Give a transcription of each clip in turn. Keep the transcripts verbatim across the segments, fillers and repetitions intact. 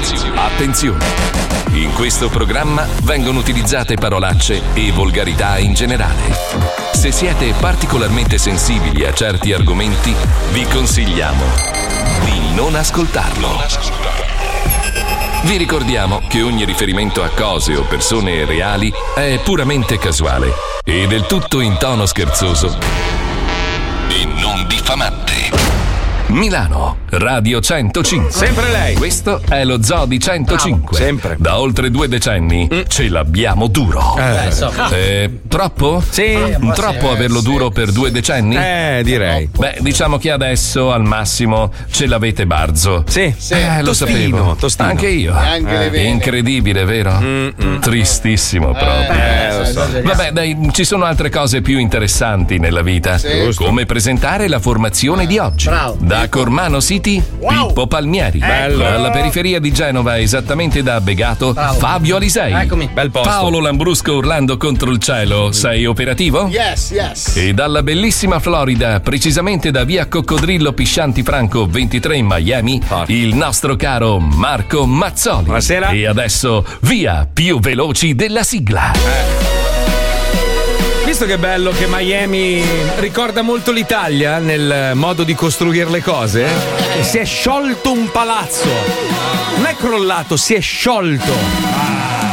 Attenzione! In questo programma vengono utilizzate parolacce e volgarità in generale. Se siete particolarmente sensibili a certi argomenti, vi consigliamo di non ascoltarlo. Vi ricordiamo che ogni riferimento a cose o persone reali è puramente casuale e del tutto in tono scherzoso e non diffamante. Milano, Radio centocinque. Sempre lei. Questo è lo Zoo di centocinque. Bravo. Sempre. Da oltre due decenni mm. ce l'abbiamo duro. Eh, so. eh, troppo? Sì. Eh, troppo sì, averlo sì, duro per due decenni? Eh, direi. Beh, diciamo che adesso al massimo ce l'avete barzo. Sì. sì. Eh, lo tostino, sapevo. Tostino. Anche io. Anche eh. Incredibile, vero? Mm-mm. Tristissimo proprio. Eh, lo so. Vabbè, dai, ci sono altre cose più interessanti nella vita. Sì. Come presentare la formazione di oggi. Bravo. Da Cormano City, wow. Pippo Palmieri. Bello. Dalla periferia di Genova, esattamente da Begato, Bravo. Fabio Alisei. Eccomi. Bel posto. Paolo Lambrusco urlando contro il cielo. Sei operativo? Yes, yes. E dalla bellissima Florida, precisamente da via Coccodrillo Piscianti Franco ventitré in Miami, Forte. il nostro caro Marco Mazzoli. Buonasera. E adesso via più veloci della sigla. Visto che è bello che Miami ricorda molto l'Italia nel modo di costruire le cose, eh? Si è sciolto un palazzo. Non è crollato, si è sciolto.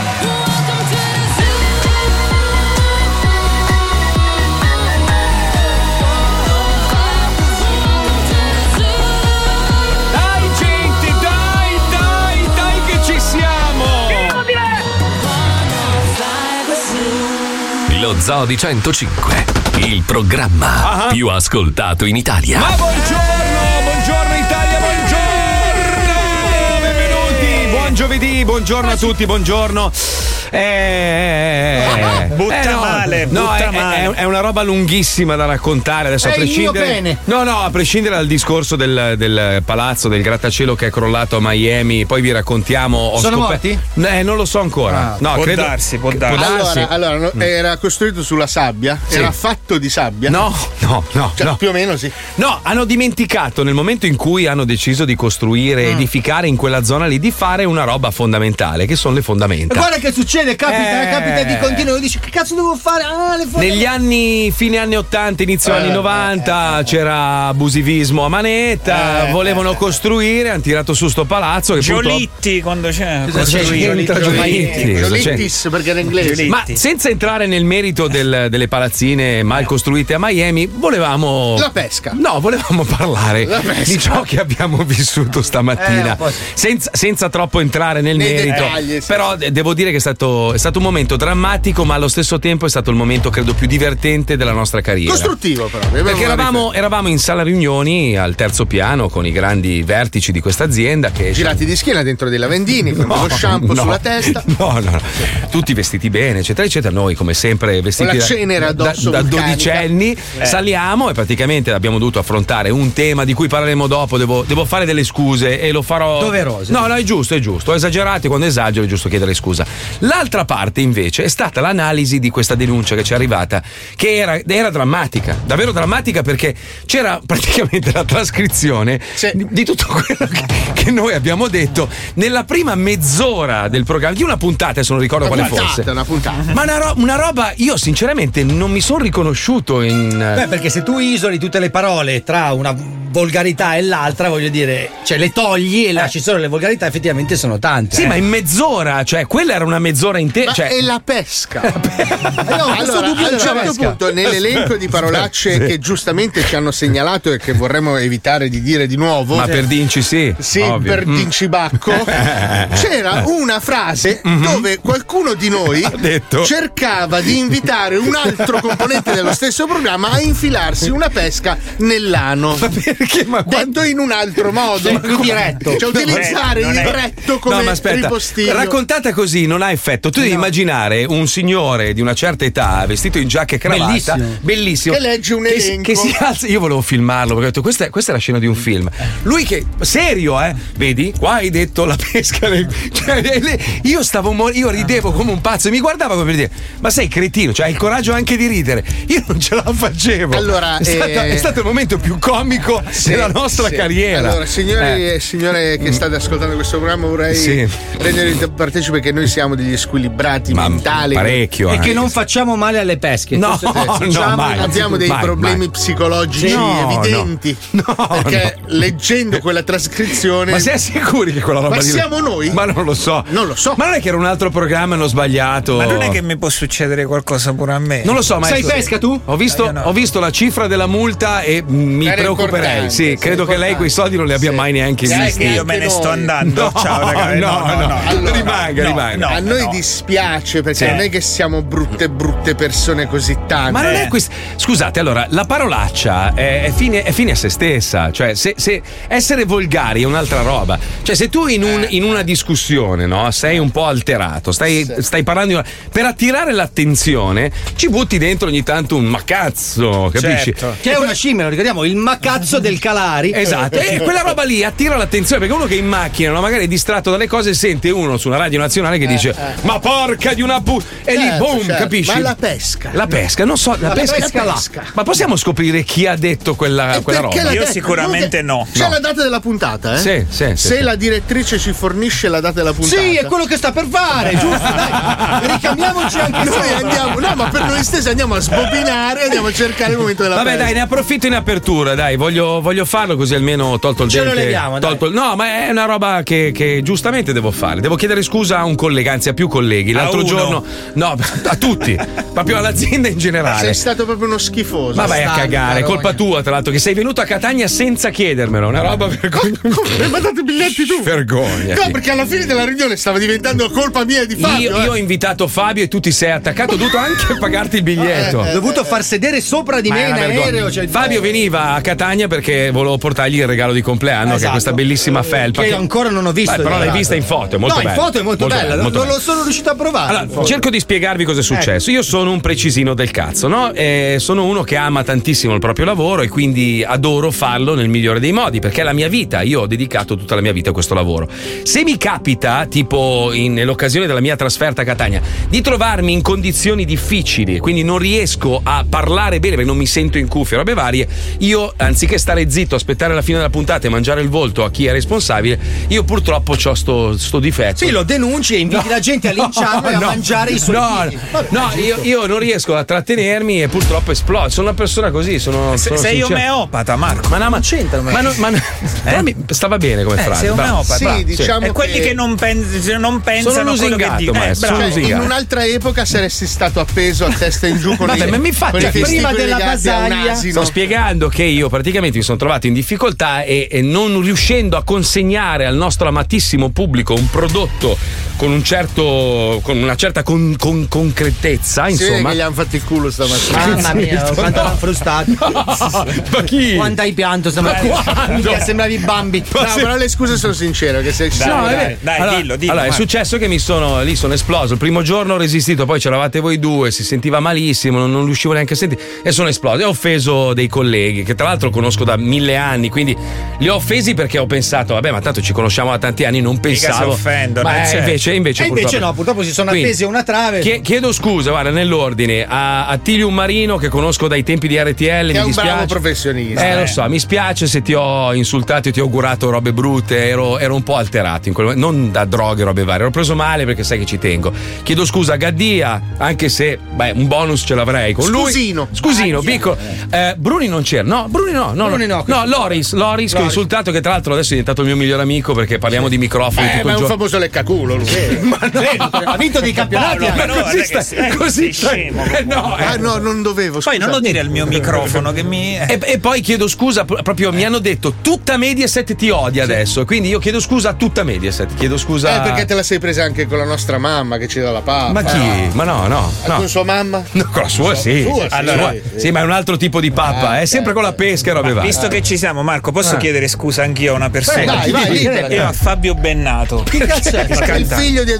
Dai gente, dai, dai, dai che ci siamo! Lo Zoo di centocinque, il programma uh-huh. più ascoltato in Italia. Ma buongiorno, buongiorno Italia, buongiorno! Benvenuti, buon giovedì, buongiorno a tutti, buongiorno. Eh, butta eh, no, male, no, butta è, male. È, è una roba lunghissima da raccontare adesso. È a il mio prescindere. bene. No, no, a prescindere dal discorso del, del palazzo, del grattacielo che è crollato a Miami, poi vi raccontiamo. Ho Sono scoper- morti? Eh, non lo so ancora. Ah, no, può credo... darsi, può darsi. Allora, allora no, era costruito sulla sabbia? Sì. Era fatto di sabbia? No, no, no, Cioè, no. più o meno sì. No, hanno dimenticato nel momento in cui hanno deciso di costruire, Mm. edificare in quella zona lì, di fare una roba fondamentale, che sono le fondamenta. Guarda che succede, capita, Eh. capita di continuo. Dici che cazzo devo fare? Ah, le fondamenta. Negli anni, fine anni ottanta, inizio Eh, anni novanta, c'era abusivismo a manetta, Eh, volevano eh, costruire, hanno tirato su sto palazzo che purtroppo- Giolitti quando c'è. Cosa c'è? c'entra Giolitti? Cosa c'è? Giolittis, perché era inglese. Giolitti. Ma senza entrare nel merito del- delle palazzine mal costruite a Miami, volevamo. La pesca. No, volevamo parlare La pesca. di ciò che abbiamo vissuto Eh, stamattina. un po' sì. senza, senza troppo entrare nel Nei merito. dettagli, sì. Però de- devo dire che è stato, è stato un momento drammatico, ma allo stesso tempo è stato il momento, credo, più divertente della nostra carriera. Costruttivo, però. Abbiamo Perché una eravamo, eravamo in sala riunioni al terzo piano con i grandi vertici di questa azienda che girati di schiena dentro dei lavandini con lo shampoo no, sulla testa. No, no, no. Tutti vestiti bene, eccetera, eccetera. Noi, come sempre, vestiti Con la da- cenere da, addosso da vulcanica. dodicenni. Saliamo e praticamente abbiamo dovuto affrontare un tema di cui parleremo dopo. Devo, devo fare delle scuse e lo farò. Doverose. No, no, è giusto, è giusto. Ho esagerato, quando esagero è giusto chiedere scusa. L'altra parte, invece, è stata l'analisi di questa denuncia che ci è arrivata, che era, era drammatica, davvero drammatica, perché c'era praticamente la trascrizione Sì. di, di tutto quello che, che noi abbiamo detto nella prima mezz'ora del programma, di una puntata, se non ricordo Una quale puntata, fosse. una puntata. Ma una, ro- una roba, io sinceramente non mi sono riconosciuto in. Beh, perché se tu isoli tutte le parole tra una volgarità e l'altra, voglio dire, cioè le togli e lasci solo le volgarità, effettivamente sono tante. Sì, eh. ma in mezz'ora, cioè quella era una mezz'ora intera. Ma Cioè, è la pesca. No, questo Allora, dubbio a un della certo pesca. punto, nell'elenco di parolacce che giustamente ci hanno segnalato e che vorremmo evitare di dire di nuovo, ma per Dinci sì. sì, ovvio. per Mm. Dincibacco, c'era una frase dove qualcuno di noi Ha detto. cercava di invitare un altro componente dello stesso programma a infilarsi una pesca nell'ano. Ma perché? Ma Detto in un altro modo, più diretto. cioè utilizzare Non il è- retto come no, ma aspetta, ripostiglio. raccontata così non ha effetto. detto, tu devi No. immaginare un signore di una certa età vestito in giacca e cravatta, Bellissimo. bellissimo, Che legge un che, elenco. che si alza. Io volevo filmarlo perché ho detto questa è, questa è la scena di un film. Lui che serio, eh? Vedi? Qua hai detto la pesca del- cioè, le- io stavo mor- io ridevo come un pazzo e mi guardava come per dire "Ma sei cretino, cioè hai il coraggio anche di ridere". Io non ce la facevo. Allora, è, stato, eh, è stato il momento più comico Sì, della nostra sì. carriera. Allora, signori Eh. e signore che state ascoltando questo programma, vorrei Sì. rendervi partecipe che noi siamo degli squilibrati Ma mentali. parecchio E anche. che non facciamo male alle pesche. No, Questo- no, diciamo, mai. Abbiamo dei Mai, problemi mai. psicologici No, evidenti. no. No, perché no. leggendo quella trascrizione. Ma sei sicuri che quella roba Ma lì- siamo noi? Ma non lo so. Non lo so. Ma non è che era un altro programma e hanno sbagliato. Ma non è che mi può succedere qualcosa pure a me? Non lo so, ma Sai pesca tu? Ho visto, Io no. ho visto la cifra della multa e mm, mi Era preoccuperei. importante, Sì, sì, credo che lei importante. quei soldi non li abbia Sì. mai neanche Sai visti. che Io me ne Anche sto noi. andando. No, Ciao ragazzi. no, no. Allora, rimanga, no, rimanga. no. A noi dispiace perché Sì. non è che siamo brutte brutte persone così tante. Ma non Eh. è questo. Scusate, allora, la parolaccia è, è, fine, è fine a se stessa. Cioè, se, se essere volgari è un'altra roba. Cioè, se tu in, un- in una discussione, no, sei un po' alterato, stai, Sì. stai parlando di una- per attirare l'attenzione, ci butti dentro ogni tanto un ma cazzo, capisci? Certo. Che è una scimmia, lo ricordiamo, il macazzo del Calari. Esatto, e quella roba lì attira l'attenzione perché uno che è in macchina, no, magari è distratto dalle cose, sente uno su una radio nazionale che dice ma porca di una pu... e lì Certo, boom, certo. capisci? Ma la pesca. La pesca, non so, la, La pesca, pesca là. Ma possiamo scoprire chi ha detto quella, E quella perché roba? la Io data- sicuramente no. C'è No. la data della puntata, eh? Sì, sì, sì, Se sì. la direttrice ci fornisce la data della puntata. Sì, è quello che sta per fare, giusto? Dai, ricambiamoci anche Noi sopra. andiamo, no, ma per noi stessi andiamo a sbobinare, andiamo a cercare il momento della Vabbè, pesca. dai, ne approfitto in apertura, dai, voglio, voglio farlo così almeno ho tolto il Ce lo dente. leviamo, dai. tolto il- No, ma è una roba che, che giustamente devo fare. Devo chiedere scusa a un collega, anzi a più colleghi. L'altro uno? giorno, no, a tutti, proprio all'azienda in generale. Sei stato proprio uno schifoso. Ma vai a Bastardo, cagare, è Marogna. colpa tua, tra l'altro, che sei venuto a Catania senza chiedermelo. Una roba vergognosa. Come mi hai mandato i biglietti tu? Vergogna. No, perché alla fine della riunione stava diventando colpa mia e di Fabio. Io, io ho eh. invitato Fabio e tu ti sei attaccato, ho dovuto anche pagarti il biglietto. Ho dovuto far sedere sopra di Ma me è in una vergogna. aereo. Cioè, Fabio veniva a Catania perché volevo portargli il regalo di compleanno, che è Esatto. questa bellissima felpa. che io ancora non ho visto. Beh, però l'hai esatto. vista in foto, è molto no, bella. in foto è molto, bella, non molto non bella. lo sono riuscito a provare. in Allora, foto. cerco di spiegarvi cosa è successo. Io sono un precisino del cazzo, no? E sono uno che ama tantissimo il proprio lavoro e quindi adoro farlo nel migliore dei modi, perché è la mia vita. Io ho dedicato tutta la mia vita a questo lavoro. Se mi capita, tipo in, nell'occasione della mia trasferta a Catania, di trovarmi in condizioni difficili, quindi non riesco a parlare bene perché non mi sento in cuffia, robe varie, io anziché stare zitto, aspettare la fine della puntata e mangiare il volto a chi è responsabile, io purtroppo ho sto, sto difetto. Sì, lo denunci e inviti la gente a linciarlo e a no. mangiare i suoi No, figli. no, io, io non riesco a trattenermi e purtroppo esplodo. Sono una persona così. Sono, Se- sono sei sincero. omeopata, Marco. Ma no, ma c'entra, ma- Ma, no, ma no- però mi stava bene come Eh, frase. sei bravo. omeopata. Sì, Bravo, diciamo E quelli che non, pens- non pensano a quello che lusingato, dicono. Eh, maestro, bravo. sono Cioè, in lusingato. un'altra epoca saresti stato appeso a testa in giù con Vabbè, i, ma mi fate con i capire. testicoli Prima della legati a un basaglia. asino. Sto spiegando che io praticamente mi sono trovato in difficoltà e, e non riuscendo a consegnare al nostro amatissimo pubblico un prodotto con un certo con una certa con, con- concretezza, Si vede insomma. che gli hanno fatto il culo stamattina. Mamma mia, quanto l'hanno frustato. Ma chi? Quanto hai pianto? Sembra- quando? Minchia, sembravi Bambi. No, però le scuse sono sincere. Che sei Dai, No, è dai, vero. dai, allora, dillo, dillo. allora, è Marco. successo che mi sono lì, sono esploso. Il primo giorno ho resistito, poi c'eravate voi due, si sentiva malissimo, non, non riuscivo neanche a sentire e sono esploso. E ho offeso dei colleghi che tra l'altro conosco da mille anni, quindi li ho offesi perché ho pensato, vabbè, ma tanto ci conosciamo da tanti anni, non pensavo. si offendono, ma eh, eh, certo. invece, invece, E invece purtroppo- no, purtroppo si sono Quindi, appesi a una trave. chie- chiedo scusa, guarda, nell'ordine a, a Tilium Marino che conosco dai tempi di R T L, Che è mi un dispiace. bravo professionista. Eh, lo so, mi spiace se ti ho insultato e ti ho augurato robe brutte, ero, ero un po' alterato in quel momento, non da droghe, robe varie, ero preso male perché sai che ci tengo. Chiedo scusa a Gaddia, anche se, beh, un bonus ce l'avrei con lui. Scusino. Scusino, piccolo. Eh, Bruni non c'era, no, Bruni no, no, Bruni no, no, questo- Loris, Loris che ho insultato, che tra l'altro adesso è diventato il mio migliore amico perché parliamo di microfoni Eh, tutto ma è il un giorno. famoso leccaculo lui. Ma no, Ha vinto dei campionati. Paolo, eh. però, così non è che stai, sei- così sei stai- scemo, eh, no, eh. Ah no, non dovevo. Poi non lo scusate. dire al mio microfono che mi. E, e poi chiedo scusa, pr- proprio mi hanno detto tutta Mediaset ti odia adesso, quindi io chiedo scusa a tutta Mediaset, chiedo scusa. Eh, perché te la sei presa anche con la nostra mamma che ci dà la pappa. Ma chi? Ma no, no, Eh, no. Con sua mamma? No, con la sua sì. Sua, sì, Allora, sì, sì, sì. ma è un altro tipo di pappa, è sempre con la pesca e robe varie. Visto che ci siamo, Marco, posso Ah. chiedere scusa anch'io a una persona? Vai, vai, libera. Io a Fabio Bennato. Che cazzo è? Il È il cantante. figlio di Edoardo.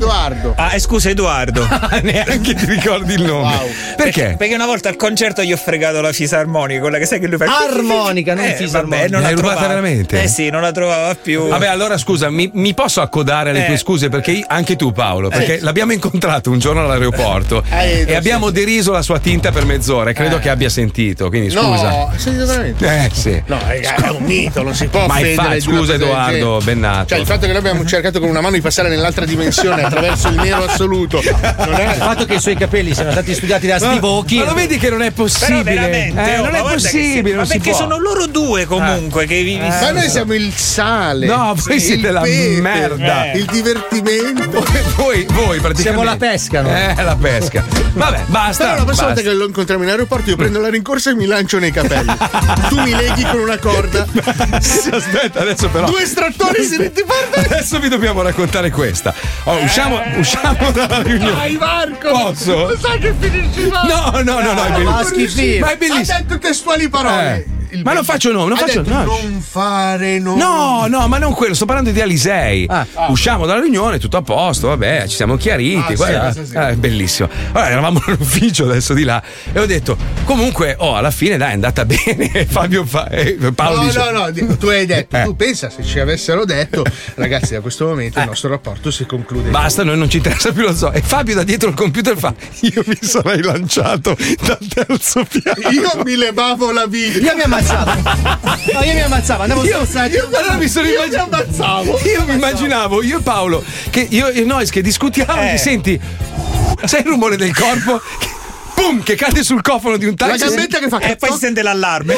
Edoardo. Ah, eh, scusa, Edoardo. Neanche ti ricordi il nome. Wow. Perché? Perché una volta al concerto gli ho fregato la fisarmonica, quella che sai che lui fa. Armonica, non eh, fisarmonica. Vabbè, non L'hai la rubata trovava. veramente? Eh sì, non la trovava più. Vabbè, allora scusa, mi, mi posso accodare alle Eh. tue scuse? Perché io- anche tu, Paolo, perché l'abbiamo incontrato un giorno all'aeroporto Eh, e abbiamo deriso la sua tinta per mezz'ora e credo che abbia sentito. Quindi scusa. No, sei veramente? Eh sì. No, raga, è un mito, non si può Ma offendere infatti, di una scusa cosa del Edoardo, genere. bennato. Cioè, il fatto che noi abbiamo cercato con una mano di passare nell'altra dimensione attraverso il nero assoluto. Non è... Il fatto che i suoi capelli siano stati studiati da Steve Aoki. Ma lo vedi che non è possibile? Però veramente, Eh, oh, non ma è guarda che possibile. sì. non Ma si perché può. sono loro due comunque che vi. Ma noi siamo il sale. No, voi il siete la pepe, merda. Il divertimento. Voi, voi praticamente. Siamo la pesca, no? Eh, la pesca. Vabbè, basta. Però la prossima basta. volta che lo incontriamo in aeroporto io prendo la rincorsa e mi lancio nei capelli. Tu mi leghi con una corda. Aspetta, adesso però. Due estrattori diretti porta. Adesso vi dobbiamo raccontare questa. Oh, usciamo, usciamo dalla riunione. Dai Marco. Posso? Lo sai che finisci male. No, no, no, no, è ma bellissimo. schifo. Ma è bellissimo. Ha detto testuali parole. Eh. Il Ma non faccio nome, non Ha faccio detto, no. non fare nome. No, no, ma non quello, sto parlando di Alisei. Ah. Usciamo dalla riunione, tutto a posto, vabbè, ci siamo chiariti. Ah, guarda, sì, sì, sì. eh, bellissimo. Allora, eravamo nell'ufficio adesso di là e ho detto, comunque, oh, alla fine dai, è andata bene. Fabio fa, eh, Paolo No, dice. no, no, di- tu hai detto, Eh. tu pensa se ci avessero detto, ragazzi, da questo momento il nostro rapporto si conclude. Basta, noi non ci interessa più lo zoo. E Fabio da dietro il computer fa: io mi sarei lanciato dal terzo piano. Io mi levavo la vita. Io mi ammazzavo. No, io mi ammazzavo, andavo Io, sul set. io allora mi sono Io mi immaginato. ammazzavo. Io mi immaginavo, io e Paolo, che io e Nois che discutiamo Eh. e senti. Sai il rumore del corpo? Pum! Che cade sul cofano di un La taxi. gambetta che fa E poi si sente l'allarme.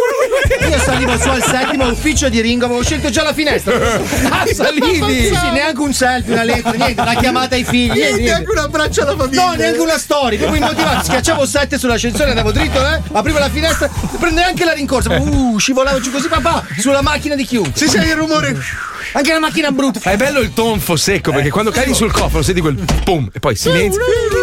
Io salivo su al settimo ufficio di Ringo, avevo scelto già la finestra. Ah, salivi! Sì, sì, neanche un selfie, una lettera, niente, una chiamata ai figli. Niente, niente. anche un abbraccio alla famiglia. No, neanche una storia, proprio immotivato. Schiacciavo sette sull'ascensore, andavo dritto, eh, aprivo la finestra, prendevo anche la rincorsa. Uh, scivolavo giù così, papà, sulla macchina di chiunque. Se sai il rumore. Anche la macchina brutta. Ma è bello il tonfo secco perché quando cadi sul cofano senti quel pum e poi silenzio.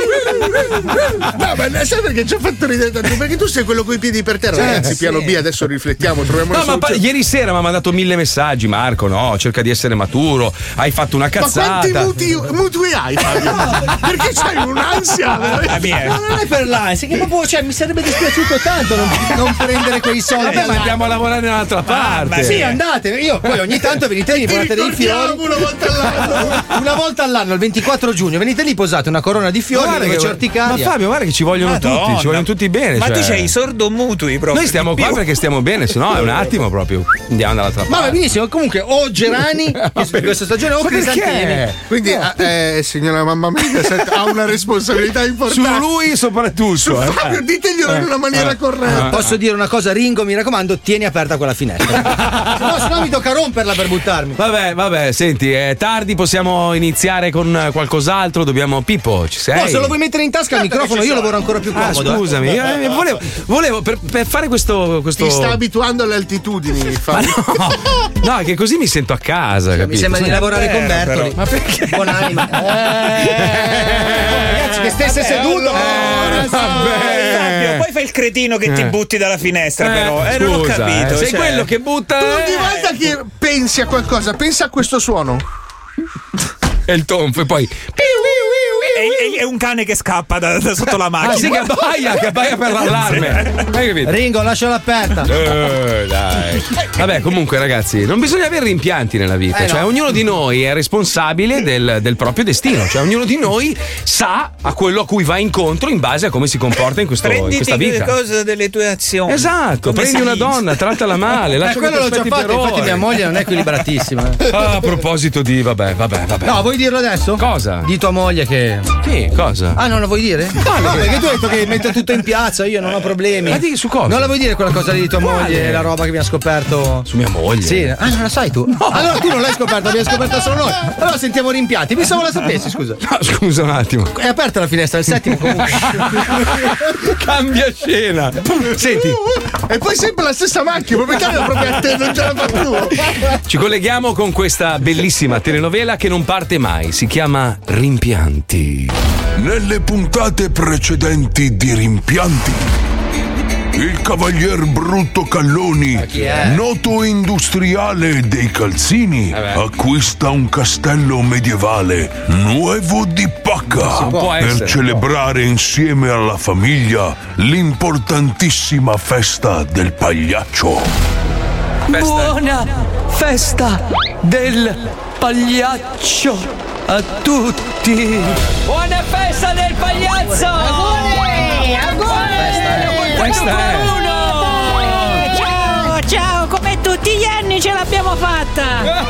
No, ma sai perché ci ha fatto ridere tanto? Perché tu sei quello coi piedi per terra, Cioè, ragazzi. Piano B, adesso riflettiamo, troviamo una No, ma pa- soluzione. ieri sera mi ha mandato mille messaggi, Marco. No, cerca di essere maturo. Hai fatto una Ma cazzata. quanti muti, mutui hai, Fabio? Perché c'hai un'ansia, La veramente? mia. Ma non è per l'ansia, che proprio, cioè, mi sarebbe dispiaciuto tanto non, non prendere quei soldi. Vabbè, ma andiamo a lavorare nell'altra parte. ma Sì, andate, io poi ogni tanto venite lì, Ti portate dei fiori. ricordiamo una volta all'anno. Una volta all'anno, il ventiquattro giugno, venite lì, posate una corona di fiori, Guarda dove che- c'è ma orticaria. Fabio, guarda che ci vogliono Madonna. tutti, ci vogliono tutti bene. Ma cioè. tu c'hai i sordomutui proprio. Noi stiamo di qua più. perché stiamo bene, se no è un attimo proprio. Andiamo dall'altra parte. Ma va benissimo, comunque o Gerani in questa stagione o Ma Crisantini. perché? Quindi, eh, signora mamma Mediaset ha una responsabilità Su importante. lui soprattutto. eh. Fabio, diteglielo in una maniera corretta. Posso dire una cosa, Ringo, mi raccomando, tieni aperta quella finestra. No, se no mi tocca romperla per buttarmi. Vabbè, vabbè, senti, è tardi, possiamo iniziare con qualcos'altro. Dobbiamo. Pippo, ci sei? No, se lo vuoi mettere in tasca il microfono, io lavoro ancora più Ah, comodo. eh. scusami, io, eh, volevo, volevo per, per fare questo. questo... Ti sta abituando alle altitudini, Ma Fabio. no, no, che così mi sento a casa. Mi capito? sembra di lavorare con Bertoli. Ma perché? Buonanima. Ragazzi, che stesse seduto. Eh, vabbè. Fabio, poi fai il cretino che ti Eh. butti dalla finestra, Eh, però. Eh, non ho scusa, capito. eh, sei cioè. quello che butta. Tu ogni eh, volta che pensi a qualcosa, pensa a questo suono. E il tonfo, e poi. È, è- è un cane che scappa da, da sotto la macchina. Ah, sì, che abbaia, che abbaia per l'allarme. Hai capito? Ringo, lasciala aperta. Eh, dai. Vabbè, comunque, ragazzi, non bisogna avere rimpianti nella vita. Eh, cioè, no. ognuno di noi è responsabile del, del proprio destino. Cioè, ognuno di noi sa a quello a cui va incontro in base a come si comporta in, questo, in Prenditi questa le vita. cose delle tue azioni. Esatto, Come prendi si una dice? donna, trattala male, Eh, lascia quello che l'ho già t'aspetti fatto, per infatti ore. mia moglie non è equilibratissima. eh. Ah, a proposito di, vabbè, vabbè, vabbè. No, vuoi dirlo adesso? Cosa? Di tua moglie che. Sì, cosa? Ah, non la vuoi dire? No, perché tu hai detto che mette tutto in piazza, io non ho problemi. Ma di su cosa? Non la vuoi dire quella cosa lì di tua Quale? moglie, la roba che abbiamo scoperto? Su mia moglie. Sì, ah, non la sai tu? Allora tu non l'hai scoperta, l'abbiamo scoperta solo noi. Allora sentiamo rimpianti. Pensavo la sapessi, scusa. No, scusa un attimo. È aperta la finestra, il settimo comunque. Cambia scena. Senti, E poi sempre la stessa macchina, proprio che proprio a te non ce la fa più. ci colleghiamo con questa bellissima telenovela che non parte mai. Si chiama Rimpianti. Nelle puntate precedenti di Rimpianti. il cavalier Brutto Calloni, noto industriale dei calzini, acquista un castello medievale, Nuevo di Pacca, per essere, celebrare insieme alla famiglia l'importantissima festa del pagliaccio. Buona festa del pagliaccio a tutti. Buona festa del pagliazzo! Auguri! Auguri! Questa è. Ciao, ciao, come tutti gli anni ce l'abbiamo fatta!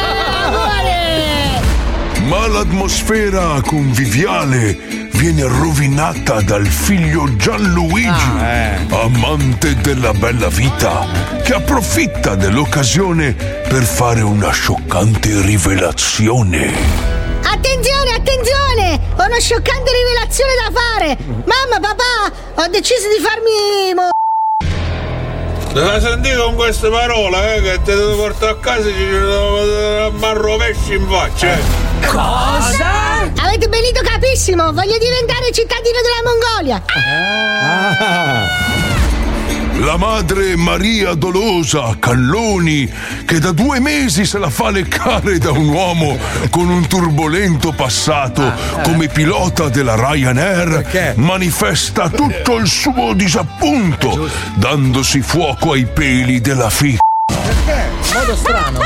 Ma l'atmosfera conviviale viene rovinata dal figlio Gianluigi, amante della bella vita, che approfitta dell'occasione per fare una scioccante rivelazione. Attenzione, attenzione! Ho una scioccante rivelazione da fare! Mamma, papà, ho deciso di farmi mo... Te l'hai sentito con queste parole, eh? Che ti devo portare a casa e ci devo marrovesci in faccia, eh? Cosa? Avete benito capissimo! Voglio diventare cittadino della Mongolia! Ah. La madre Maria Dolosa Calloni, che da due mesi se la fa leccare da un uomo con un turbolento passato come pilota della Ryanair, manifesta tutto il suo disappunto, dandosi fuoco ai peli della figlia. Perché? In modo strano.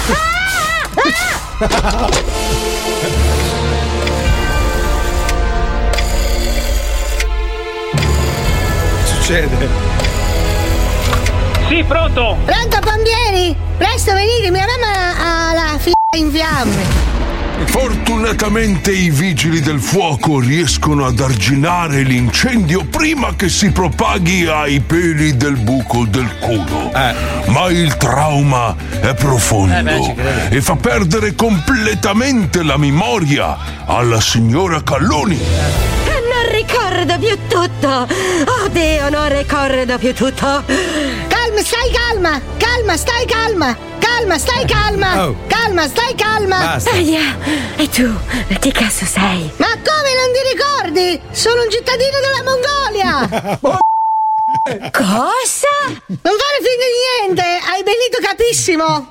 Succede? Sì, pronto? Pronto, pompieri? Presto venite, mia mamma ha la figlia in fiamme. Fortunatamente i vigili del fuoco riescono ad arginare l'incendio prima che si propaghi ai peli del buco del culo. Eh. Ma il trauma è profondo eh beh, e fa perdere completamente la memoria alla signora Calloni. Non ricordo più tutto. Oddio, non ricordo più tutto. Calma, stai calma. Calma, stai calma. Calma, stai calma. Oh. Calma, stai calma. Aia. E tu, che cazzo sei? Ma come non ti ricordi? Sono un cittadino della Mongolia. Cosa? Non fare finta di niente. Hai benito capissimo.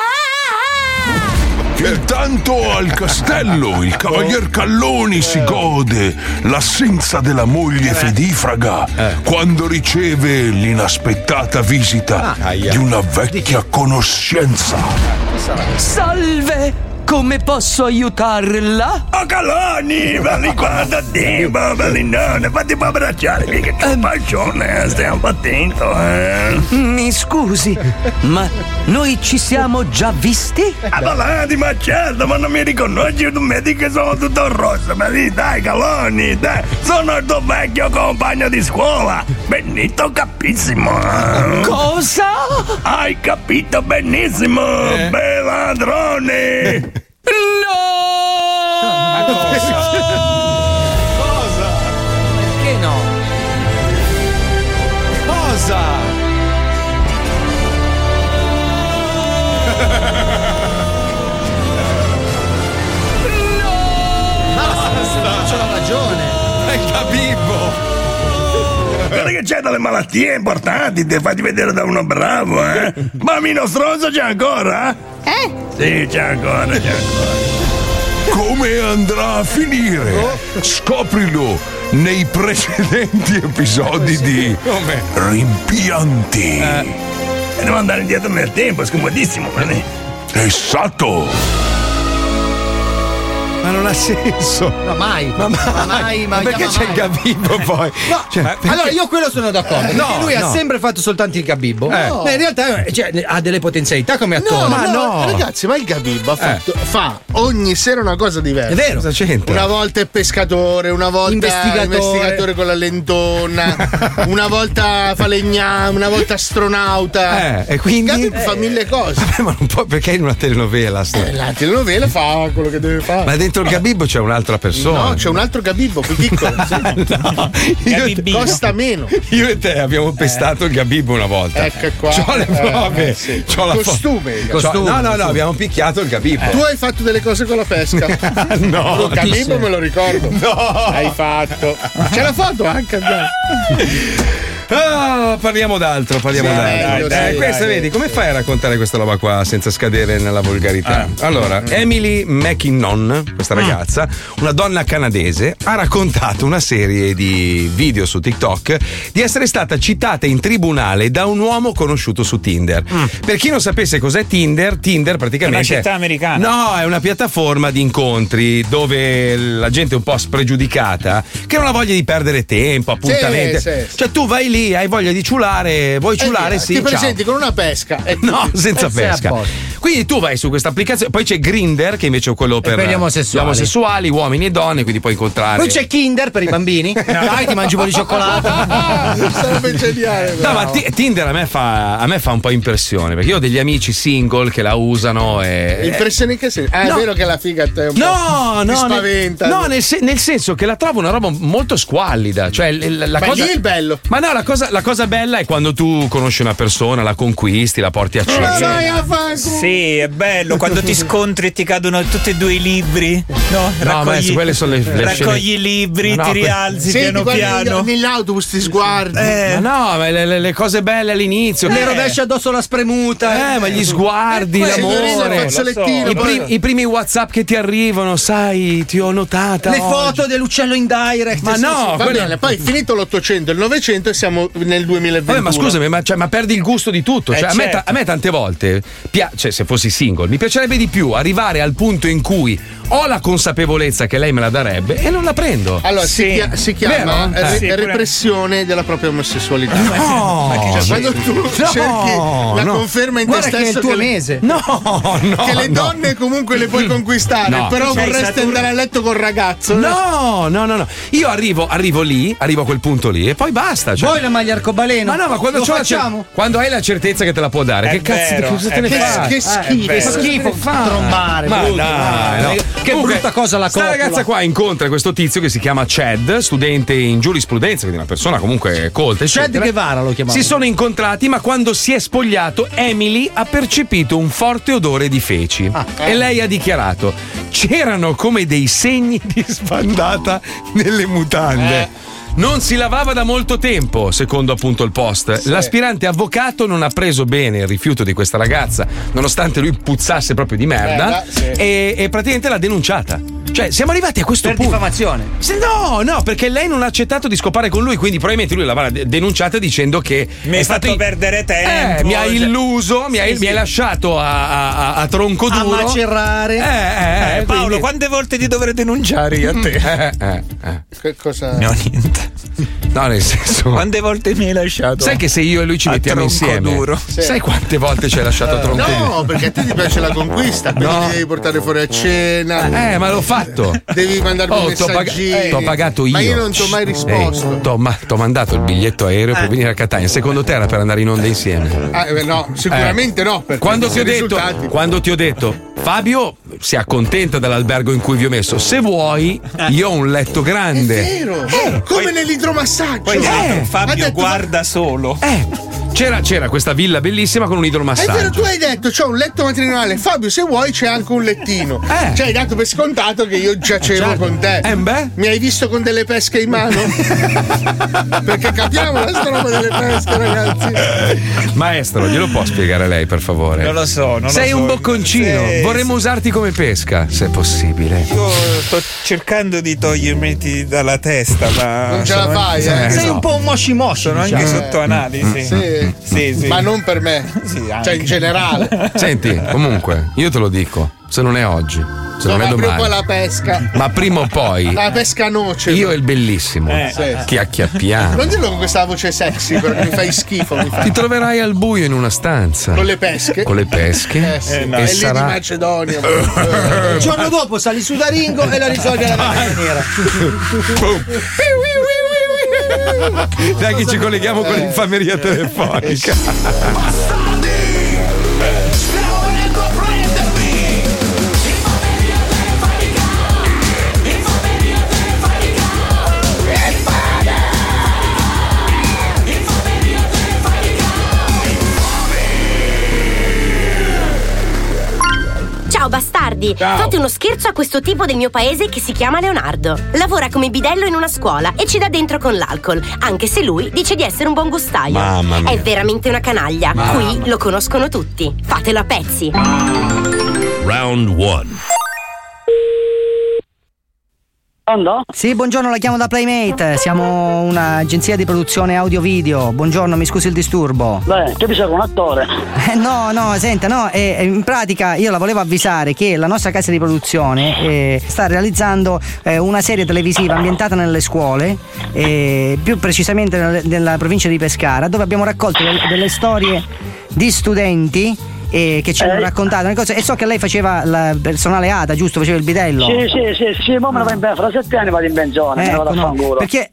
Pertanto al castello il cavalier Calloni si gode l'assenza della moglie fedifraga quando riceve l'inaspettata visita di una vecchia conoscenza. Salve! Come posso aiutarla? Oh Calloni, belli guarda Dio, belli nonne, fatti un po' abbracciare, mica che passione, stai un po' attento, eh. Mi scusi, ma noi ci siamo già visti? Avanti, ma certo, ma non mi riconosci, tu mi dici che sono tutto rosso, ma sì, dai Calloni, dai, sono il tuo vecchio compagno di scuola, Benito capissimo. Cosa? Hai capito benissimo, eh. Beh ladrone. No! Ma cosa? Cosa? Perché no? Cosa? No! Basta, c'ho ragione. È il Gabibbo. Guarda che c'è delle malattie importanti, ti fai vedere da uno bravo, eh? Bambino stronzo c'è ancora? Eh? Sì, c'è ancora, c'è ancora. Come andrà a finire? Scoprilo nei precedenti episodi di Rimpianti. Eh. E devo andare indietro nel tempo, è scomodissimo, ma ne... Esatto. Ma non ha senso. No, mai. Ma mai, ma, mai, ma perché c'è mai. il Gabibbo poi? No, cioè, perché... allora io quello sono d'accordo. Eh, perché no, lui no. ha sempre fatto soltanto il Gabibbo. Eh. Ma in realtà cioè, ha delle potenzialità come attore. No, ma no, no. ragazzi, ma il Gabibbo ha fatto, eh. fa ogni sera una cosa diversa. È vero. Cosa c'entra? Una volta è pescatore, una volta investigatore, investigatore con la lentonna, una volta falegname, una volta astronauta. Eh, e quindi il Gabibbo eh. fa mille cose. Vabbè, ma non può, perché in una telenovela sta? Eh, la telenovela fa quello che deve fare. Ma dentro il Gabibbo c'è un'altra persona. No, c'è un altro Gabibbo, più piccolo. No, te, costa meno. Io e te abbiamo pestato eh. il Gabibbo una volta. Ecco qua. C'ho le prove. Eh, sì. C'ho la costume. Fo- costume. No, no, no, abbiamo picchiato il Gabibbo. Eh. Tu hai fatto delle cose con la pesca. No. Il Gabibbo me lo ricordo. No. Hai fatto. C'è la foto anche. Ah, parliamo d'altro, parliamo Sì, d'altro. dai, Eh, dai, questa, dai. vedi, come fai a raccontare questa roba qua senza scadere nella volgarità? Ah. Allora, Emily McKinnon, questa ragazza, una donna canadese, ha raccontato una serie di video su TikTok di essere stata citata in tribunale da un uomo conosciuto su Tinder. Per chi non sapesse cos'è Tinder, Tinder praticamente È una città americana. No, è una piattaforma di incontri dove la gente è un po' spregiudicata, che non ha voglia di perdere tempo, appuntamenti. Sì, sì. Cioè, tu vai lì, hai voglia di ciulare, vuoi ciulare, Eh, sì. ti ciao. presenti con una pesca e No, senza e sei a pesca. posto. Quindi tu vai su questa applicazione, poi c'è Grindr, che invece è quello per, per gli omosessuali. gli omosessuali, uomini e donne, quindi puoi incontrare. Poi c'è Kinder per i bambini. Dai, ti mangi un po' di cioccolato. Sarebbe geniale. No, ma Ti- Tinder a me, fa, a me fa un po' impressione, perché io ho degli amici single che la usano e. Impressione in che senso? Ah, No. è vero che la figa a te un No, po' no, ti spaventa. Nel, no nel, se- nel senso che la trovo una roba molto squallida. Cioè, l- la Ma cosa. lì è il bello. Ma no, la cosa, la cosa bella è quando tu conosci una persona, la conquisti, la porti a cena. Vai a fanculo. Sì, è bello quando ti scontri e ti cadono tutti e due i libri. No, No, ma adesso quelle sono le, le raccogli scene- i libri, Ma no, ti que- rialzi Senti, piano guarda, piano. negli- Nell'autobus ti sguardi. Eh, Ma no, ma le, le- le cose belle all'inizio. Le eh. rovescia addosso la spremuta. Eh, ma gli sguardi, Eh, poi sorride l'amore. al fazzolettino, I, poi- prim- I primi WhatsApp che ti arrivano, sai, ti ho notata. Le oggi. foto dell'uccello in direct. Ma Sì, no, Va quello- bene, poi è finito l'Ottocento e il Novecento e siamo nel duemilaventuno. Vabbè, ma scusami, ma, cioè, ma perdi il gusto di tutto. Eh, Cioè, a, me, certo. a me tante volte, pia- cioè, se fossi single, mi piacerebbe di più arrivare al punto in cui ho la consapevolezza che lei me la darebbe e non la prendo. Allora, si, Sì. chia- si chiama Vero? re- Eh, sì, pure- repressione della propria omosessualità. No, Cioè, sì. quando tu No, cerchi la no. conferma in te Guarda che è stesso il tuo che, mese. No, no. che le no. donne comunque le puoi conquistare, No. però Cioè, vorresti Saturno- andare a letto col ragazzo. No, no, no, no. Io arrivo, arrivo lì, arrivo a quel punto lì e poi basta. Cioè. Poi la maglia arcobaleno. Ma no, ma quando, lo c'ho la cer- facciamo? quando hai la certezza che te la può dare, È che cazzo vero, cosa te è ne Che, fai? che Eh, schifo. è Che vero. schifo, trombare. Ma brutto, dai, no. no. Che Comunque, brutta cosa la sta coppola. ragazza qua incontra questo tizio che si chiama Chad, studente in giurisprudenza, quindi una persona comunque colta. Chad eccetera. Guevara lo chiamavano. Si sono incontrati, ma quando si è spogliato, Emily ha percepito un forte odore di feci. E lei ha dichiarato: c'erano come dei segni di sbandata nelle mutande. Non si lavava da molto tempo, secondo appunto il post. L'aspirante avvocato non ha preso bene il rifiuto di questa ragazza, nonostante lui puzzasse proprio di merda, Merda, sì. e, e praticamente l'ha denunciata. Cioè, siamo arrivati a questo Per punto. diffamazione. Se- No, no, perché lei non ha accettato di scopare con lui, quindi probabilmente lui l'avrà de- denunciata dicendo che Mi è hai stato fatto in- perdere Eh, tempo. mi hai cioè- illuso, mi hai, Sì, mi hai sì. lasciato a, a- a- a tronco A duro. macerare. Eh, eh, Eh, Paolo, quindi- quante volte ti dovrei denunciare io a te? Eh, eh, eh. Che cosa? No, niente. No, nel senso. Quante volte mi hai lasciato? Sai che se io e lui ci a mettiamo tronco insieme, duro. sai quante volte ci hai lasciato a tronco duro? No, perché a te ti piace la conquista, quindi No. mi devi portare fuori a cena. Eh, ma l'ho fatto. Devi mandarmi Oh, un t'ho, paga- messaggino. t'ho pagato io. Ma io non ti ho mai risposto. Ehi, t'ho, ma- t'ho mandato il biglietto aereo per venire a Catania. Secondo te era per andare in onda insieme? Ah, eh, no, sicuramente no. Perché Quando ti, ho questi detto, risultati- quando ti ho detto, Fabio si accontenta dell'albergo in cui vi ho messo. Se vuoi, io ho un letto È grande. vero, come nell'idromassaggio. Poi Eh, Ha Fabio detto, guarda solo. Eh, c'era, c'era questa villa bellissima con un È vero, idromassaggio. tu hai detto c'ho un letto matrimoniale. Fabio, se vuoi c'è anche un lettino. Eh. Cioè, hai dato per scontato che io giacevo con te. Eh, beh. Mi hai visto con delle pesche in mano? Perché capiamo la sta roba delle pesche, ragazzi. Maestro, glielo può spiegare lei, per favore? Non lo so, non Sei lo so. un bocconcino. Sì, Vorremmo usarti come pesca, se è possibile. Io sto cercando di togliermi dalla testa, ma. Non ce la sono- fai, sì, eh. Sei no. un po' un moshi moshi. Sono anche diciamo. sotto analisi. Sì. Sì, sì. Ma non per me. Sì, anche. Cioè, in generale. Senti, comunque, io te lo dico, se non è oggi, se non No, è ma prima o poi domani, la pesca. ma prima o poi, La pesca noce. io e il bellissimo, Eh, sì. ti acchiappiamo. Non dirlo con questa voce sexy, perché mi fai schifo. Mi fai. Ti troverai al buio in una stanza. Con le pesche. Con le pesche. Eh sì, Eh, no. è E lì sarà- di Macedonia. Il giorno dopo sali su da Ringo e la risolvi alla maniera. Dai che ci colleghiamo con l'infameria telefonica. Ciao bastardi, Benvenuti. Ciao. Fate uno scherzo a questo tipo del mio paese che si chiama Leonardo. Lavora come bidello in una scuola e ci dà dentro con l'alcol, anche se lui dice di essere un buon gustaio. Mamma mia. È veramente una canaglia. Mamma. Qui lo conoscono tutti. Fatelo a pezzi. Round one. Sì, buongiorno, la chiamo da Playmate. Siamo un'agenzia di produzione audio-video. Buongiorno, mi scusi il disturbo. Beh, che mi serve un attore? Eh, no, no, senta, no, eh, in pratica io la volevo avvisare che la nostra casa di produzione eh, sta realizzando eh, una serie televisiva ambientata nelle scuole, eh, più precisamente nella, nella provincia di Pescara, dove abbiamo raccolto delle, delle storie di studenti e che ci hanno Eh. raccontato le cose, e so che lei faceva il personale A D A, giusto? Faceva il bidello. Sì, sì, sì, sì, ma me ne vado in pensione, fra sette anni vado in pensione, me ne vado a Ecco, no, fanculo. perché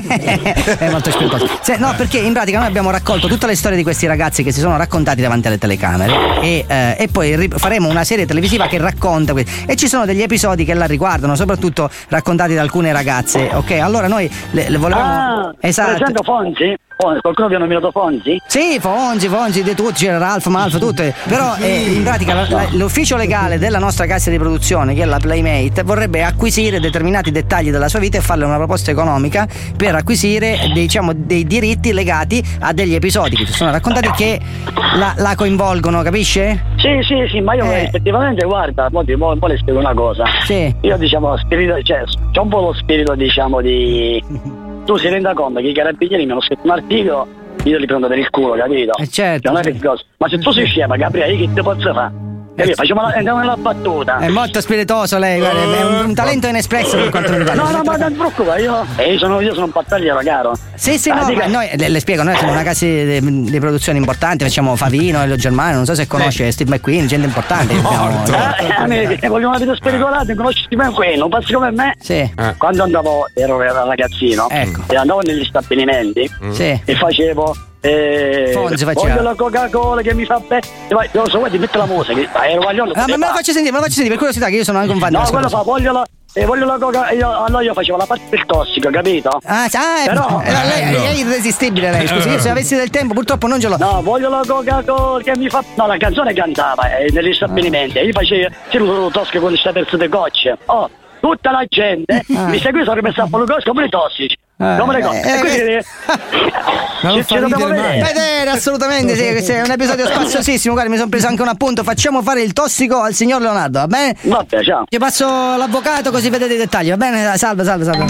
è molto spiritoso. Se- no, perché in pratica noi abbiamo raccolto tutte le storie di questi ragazzi che si sono raccontati davanti alle telecamere e, eh, e poi ri- faremo una serie televisiva che racconta que- e ci sono degli episodi che la riguardano, soprattutto raccontati da alcune ragazze. Ok, allora noi le, le volevamo. Ah, esatto. per esempio Fonzi? Fonzi, qualcuno vi ha nominato Fonzi? Sì, Fonzi, Fonzi, di tutti, c'era Ralph, Malf, tutte. Però eh, in pratica la- la- l'ufficio legale della nostra casa di produzione, che è la Playmate, vorrebbe acquisire determinati dettagli della sua vita e farle una proposta economica per acquisire diciamo dei diritti legati a degli episodi che ci sono raccontati che la, la coinvolgono, capisce? Sì, sì, sì, ma io Eh. effettivamente, guarda, mo ti mo, mo le spiego una cosa. Sì. Io diciamo, spirito, cioè, c'ho un po' lo spirito, diciamo, di... Tu si renda conto che i carabinieri mi hanno scritto un articolo, io li prendo per il culo, capito? Eh certo. Cioè, non è che cosa. Ma se tu sei scema, Gabriele, io che te posso fare? Capito? Facciamo la, andiamo nella battuta. È molto spiritoso lei, guarda, è un, un talento inespresso per quanto mi riguarda. No, no, ma non ti preoccupare, io, eh, io, sono, io sono un battagliero, caro. Sì, sì, Ah, no, dica. ma noi le, le spiego, noi siamo una casa di, di produzione importante, facciamo Favino, Elio Germano, non so se conosce Steve McQueen, gente importante. Abbiamo- Eh, amici, eh, voglio una vita spericolata, conosci Steve McQueen, non passi come me? Sì. Quando andavo, ero ragazzino, Ecco. e andavo negli stabilimenti Sì. e facevo. Eh, Fonzi faceva. voglio la Coca-Cola che mi fa bene. Lo so, guardi, metti la musica. Dai, ero voglio. Ah, ma me la faccio sentire, me la faccio sentire, per curiosità che io sono anche un fan No, della quello sua fa, voglio la. E voglio la coca, io, allora io facevo la parte del tossico, capito? Ah, sì, ah, è- Però- eh, lei è irresistibile lei, scusi, io se avessi del tempo purtroppo non ce l'ho. No, voglio la Coca-Cola che mi fa. No, la canzone cantava eh, negli stabilimenti. Io facevo lo tosco con questa pezzo di gocce. Oh, tutta la gente mi seguiva, sono rimesso a fare le cose come i tossici. Ah, Come le cose. eh, E quindi. eh, ci- ci dobbiamo vedere. Vedere, assolutamente, sì, questo è un episodio spaziosissimo. Guarda, mi sono preso anche un appunto. Facciamo fare il tossico al signor Leonardo, va bene? Vabbè, ciao. Ti passo l'avvocato così vedete i dettagli, va bene? Salve, salve, salve.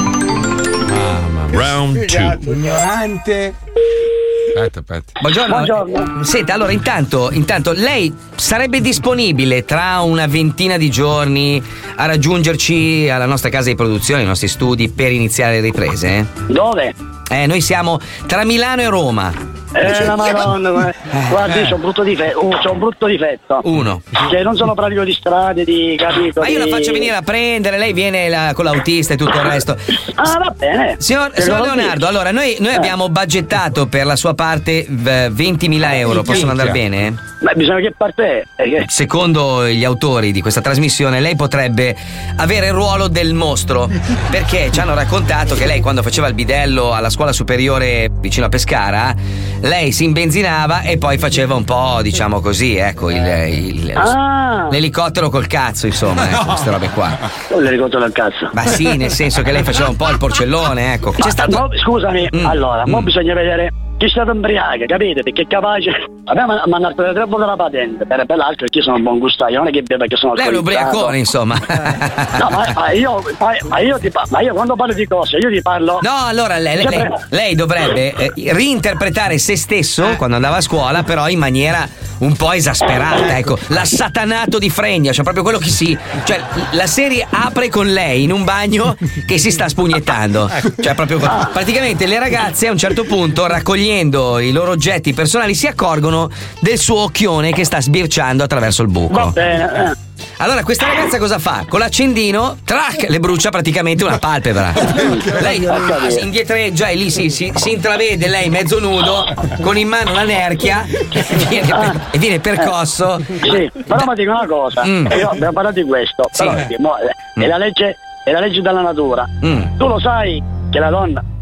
Round two. Ignorante. Aspetta, aspetta. Buongiorno. Buongiorno. Senta, allora intanto, intanto lei sarebbe disponibile tra una ventina di giorni a raggiungerci alla nostra casa di produzione, ai nostri studi, per iniziare le riprese? Dove? Eh, noi siamo tra Milano e Roma. Eh, la madonna, guarda, io c'ho un brutto difetto, uh, c'ho un brutto difetto. Uno. Che non sono pratico di strade, di capito. Ma io la di- faccio venire a prendere, lei viene la- con l'autista e tutto il resto. Ah, va bene. Signor, Te signor lo Leonardo, dico. allora noi, noi Eh. abbiamo budgettato per la sua parte v- ventimila euro, possono andare bene? Ma bisogna che parte è. Eh, che- Secondo gli autori di questa trasmissione, lei potrebbe avere il ruolo del mostro, perché ci hanno raccontato che lei, quando faceva il bidello alla scuola superiore vicino a Pescara, lei si imbenzinava e poi faceva un po', diciamo così, ecco, il, il- Ah. l'elicottero col cazzo, insomma, ecco, queste robe qua. Non le ricordo dal cazzo. Ma sì, nel senso che lei faceva un po' il porcellone, ecco. C'è Ma- stato. mo- scusami, Mm, allora, mo mm. bisogna vedere chi è stato embriaco, capite? Perché è capace. A me mi hanno mandato le tre volte la patente, per, per l'altro perché io sono un buon gustaio, non è che bevo perché sono Lei è un alcolizzato. ubriacone, insomma. No, ma, ma io, ma, ma io ti pa- ma io quando parlo di cose, io ti parlo. No, allora lei, lei- lei- lei dovrebbe eh, reinterpretare se stesso quando andava a scuola, però in maniera un po' esasperata, ecco. L'assatanato di Fregna, cioè proprio quello che si. Cioè, la serie apre con lei in un bagno che si sta spugnettando. Cioè, proprio. Praticamente le ragazze a un certo punto, raccogliendo i loro oggetti personali, si accorgono del suo occhione che sta sbirciando attraverso il buco. Va bene, eh. Allora questa ragazza cosa fa? Con l'accendino, trac, le brucia praticamente una palpebra. Lei ah, si indietreggia e lì si, si, si intravede lei mezzo nudo, con in mano la nerchia e viene, per- e viene percosso. Sì, però mi dico una cosa, Mm. io abbiamo parlato di questo, Sì. però perché mo, eh, è, la legge, è la legge della natura. Mm. Tu lo sai che la donna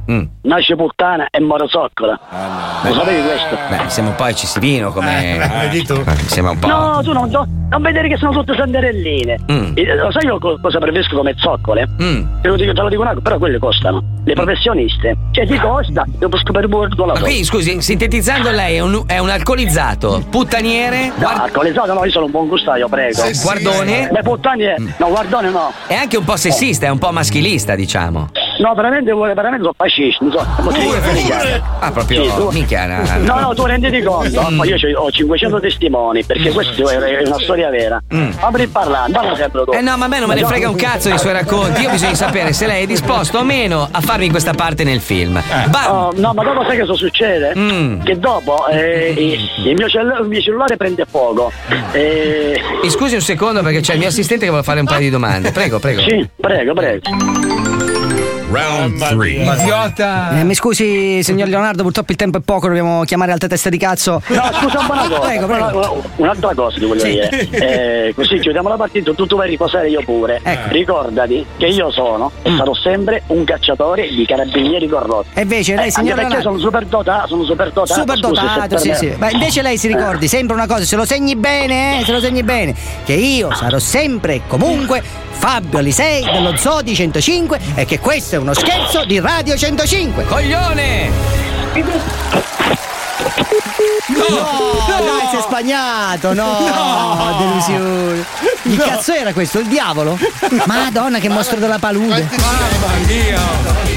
Mm. Nasce puttana e muore zoccola. Lo sapevi questo? Beh, siamo un po' eccessivino come. Eh, vedi tu? Siamo un po'. No, tu non, non vedere che sono tutte sanderelline. Mm. Lo sai io cosa preferisco come zoccole? Mm. Te lo dico, te lo dico una cosa, però quelle costano. Le professioniste. Cioè ti costa, devo scoprire pure la Ma qui, scusi, sintetizzando, lei è un, è un alcolizzato, puttaniere. No, guard... alcolizzato no, io sono un buon gustaio, prego. Sì, guardone. Sì. Le puttanie, mm. no, guardone no. È anche un po' sessista, è un po' maschilista, diciamo. No, veramente, veramente sono fascisti, non so. Ah, proprio sì, tu... minchia. No, no, tu renditi conto. Mm. Io ho cinquecento testimoni, perché questa è una storia vera. Mm. Apri il parlante, parla sempre tu. Eh no, ma a me non me ne frega un cazzo dei suoi racconti. Io bisogna sapere se lei è disposto o meno a farmi questa parte nel film. Eh. Ba- oh, no, ma dopo sai che cosa succede? Mm. Che dopo eh, il, mio cell- il mio cellulare prende fuoco. Eh... Mi scusi un secondo perché c'è il mio assistente che vuole fare un paio di domande. Prego, prego. Sì, prego, prego. Round three. Eh, mi scusi, signor Leonardo, purtroppo il tempo è poco, dobbiamo chiamare altre teste di cazzo. No, scusa un po' una cosa. Prego, prego. Un'altra cosa ti voglio sì. dire. Eh, così chiudiamo la partita, tu, tu vai a riposare io pure. Ecco. Ricordati che io sono e mm. sarò sempre un cacciatore di carabinieri corrotti. E invece lei, eh, signor Leonardo, perché sono super dotato, sono super dotato. Super dotato, sì, sì. Ma invece lei si ricordi eh. sempre una cosa, se lo segni bene, eh, se lo segni bene, che io sarò sempre e comunque Fabio Alisei dello Zoo di centocinque e che questo è uno scherzo di Radio centocinque. Coglione! No, no, dai, si è spagnato, no, no, delusione. Il cazzo era questo, il diavolo? Madonna, che mostro della palude. Mamma mia!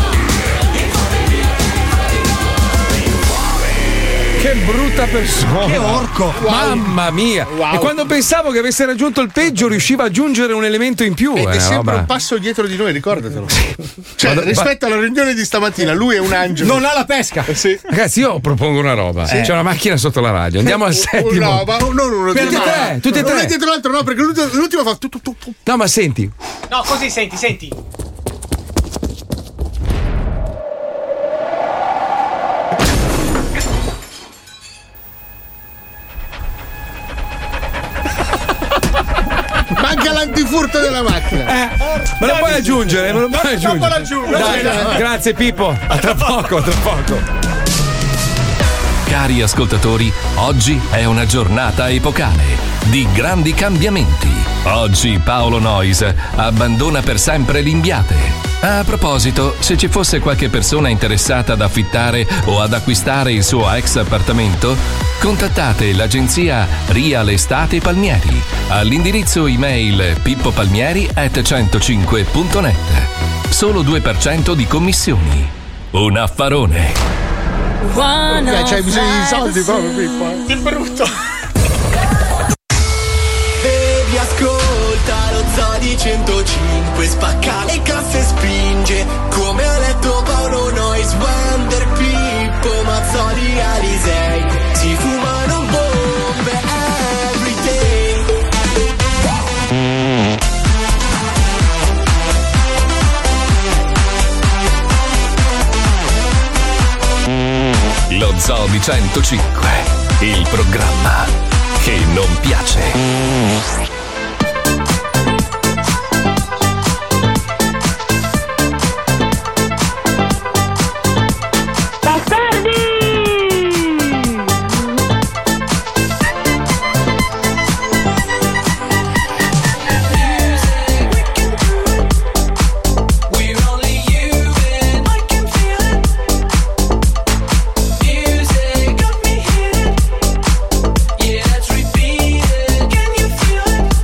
Che brutta persona! Che orco! Wow. Mamma mia! Wow. E quando pensavo che avesse raggiunto il peggio, riusciva a aggiungere un elemento in più. Ed eh, è sempre roba. un passo dietro di noi, ricordatelo. Cioè, Vado, rispetto va... alla riunione di stamattina, lui è un angelo. Non ha la pesca! Sì. Ragazzi, io propongo una roba. Sì. C'è una macchina sotto la radio. Andiamo al settimo. No, ma non uno tutti e tre, tutti e tre. Uno dietro l'altro, no, perché l'ultimo, l'ultimo fa tu, tu, tu, tu. No, ma senti. No, così senti, senti. Manca l'antifurto della macchina. Eh, me lo puoi aggiungere? Me lo puoi aggiungere? Dai, dai, grazie Pippo. A tra poco, a tra poco. Cari ascoltatori, oggi è una giornata epocale di grandi cambiamenti. Oggi Paolo Noyes abbandona per sempre l'Imbiate. A proposito, se ci fosse qualche persona interessata ad affittare o ad acquistare il suo ex appartamento, contattate l'agenzia Real Estate Palmieri all'indirizzo email pippopalmieri at centocinque punto net. Solo due per cento di commissioni. Un affarone. Okay, c'hai bisogno di soldi proprio, Pippo. Che brutto. Baby, ascolta lo Zoo di centocinque, spacca le casse e spinge come ha letto Paolo Noyes, Wonder, Pippo, Mazzoli, Alisei, si fumano bombe every day. Lo Zoo di centocinque, il programma che non piace. Yeah, let's repeat it. Can you feel it?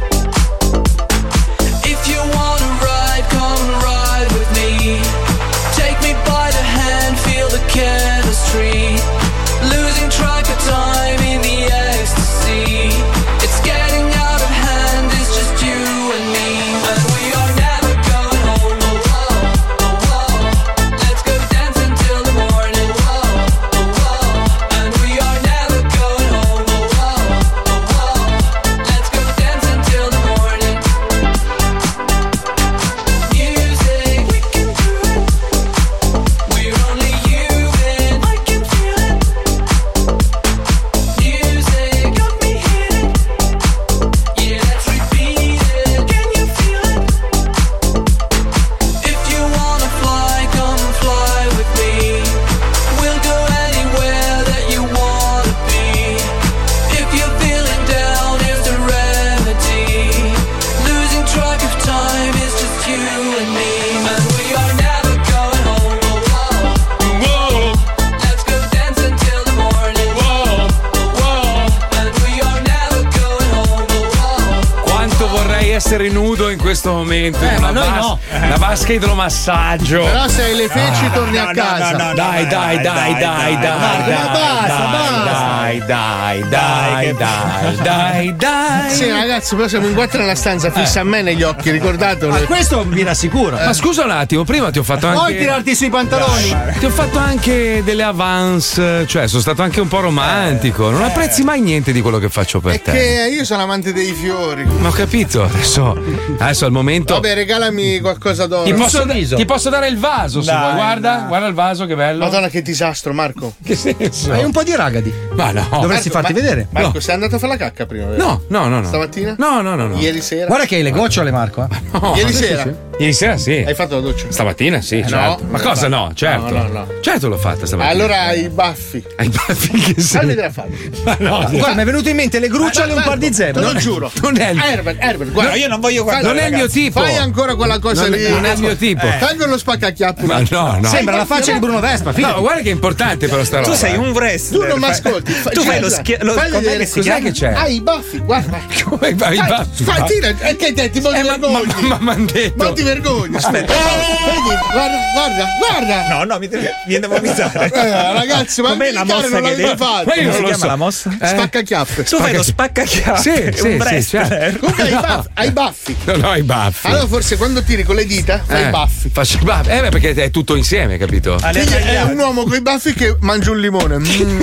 essere nudo in questo momento. Eh, in ma una, noi vas- no. una vasca idromassaggio. Però se hai le feci torni a casa. Dai, dai, dai, dai, dai, dai, basta, dai, dai, dai, dai, dai, dai. Sì, ragazzi, però siamo in quattro nella stanza, fissa a me negli occhi, ricordatelo. Ma questo mi rassicura. Ma scusa un attimo, prima ti ho fatto anche. Puoi tirarti sui pantaloni? Ti ho fatto anche delle avance, cioè sono stato anche un po' romantico. Non apprezzi mai niente di quello che faccio per È te. che io sono amante dei fiori. Ma ho capito, adesso, adesso al momento. Vabbè, regalami qualcosa d'oro. Ti posso, ti posso dare il vaso se Dai, vuoi. Guarda, dai. guarda il vaso, che bello. Madonna, che disastro, Marco. Che senso? Hai un po' di ragadi. Ma no. Dovresti Marco, farti ma- vedere. Marco, No. sei andato a fare la cacca prima? vero? No, no, no, no. Stamattina? No, no, no, no. Ieri sera? Guarda che hai le gocciole, Marco. Eh. No. Ieri Sì, sera? sì, sì. Ieri sera sì. Hai fatto la doccia? Stamattina sì, Eh, certo. no, Ma non cosa l'ho no? fatto. Certo. No, no, no. Certo l'ho fatta stamattina. Allora hai i baffi. Hai i baffi che Salvi sei? della faccia. Ma no, Guarda, mi è venuto in mente le grucciole e un par di Te zebre. lo giuro. non è il- Herbert, Herbert, guarda. No, io non voglio Fai- guardare. non è il mio ragazzi. tipo. Fai ancora quella cosa Non- lì. non è il mio tipo. Eh. Fai quello spaccacchiappo. Ma no, no. Sembra la faccia di Bruno Vespa. No, fidati. guarda che è importante però sta roba. Tu sei un wrestler. Tu non mi fai- ascolti. Fa- Tu fai lo guarda, schia- lo- fai com'è vedere che si cos'è chiama? che c'è? Hai i baffi, guarda. Come vai? Fai, va- fai, tira, è che te ti Eh, ma, ma, vergogni. ma m'han detto. Non ti vergogni. Aspetta. Vedi, guarda, guarda, guarda. No, no, mi viene da vomitare. Eh, ragazzi, ma com'è la militare mossa non che hai l'hai mai detto? fatto. Ma io Come non si lo chiama so. la mossa? Eh? Spaccachiappe. Tu fai lo spaccachiappe. Sì, un sì, sì, wrestler. certo. Comunque hai i baffi. Hai i baffi. Non ho i baffi. Allora forse quando tiri con le dita fai Eh, i baffi. Faccio i baffi. Eh, beh, perché è tutto insieme, capito? Ah, le Quindi è tagliate. un uomo con i baffi che mangia un limone. Mm.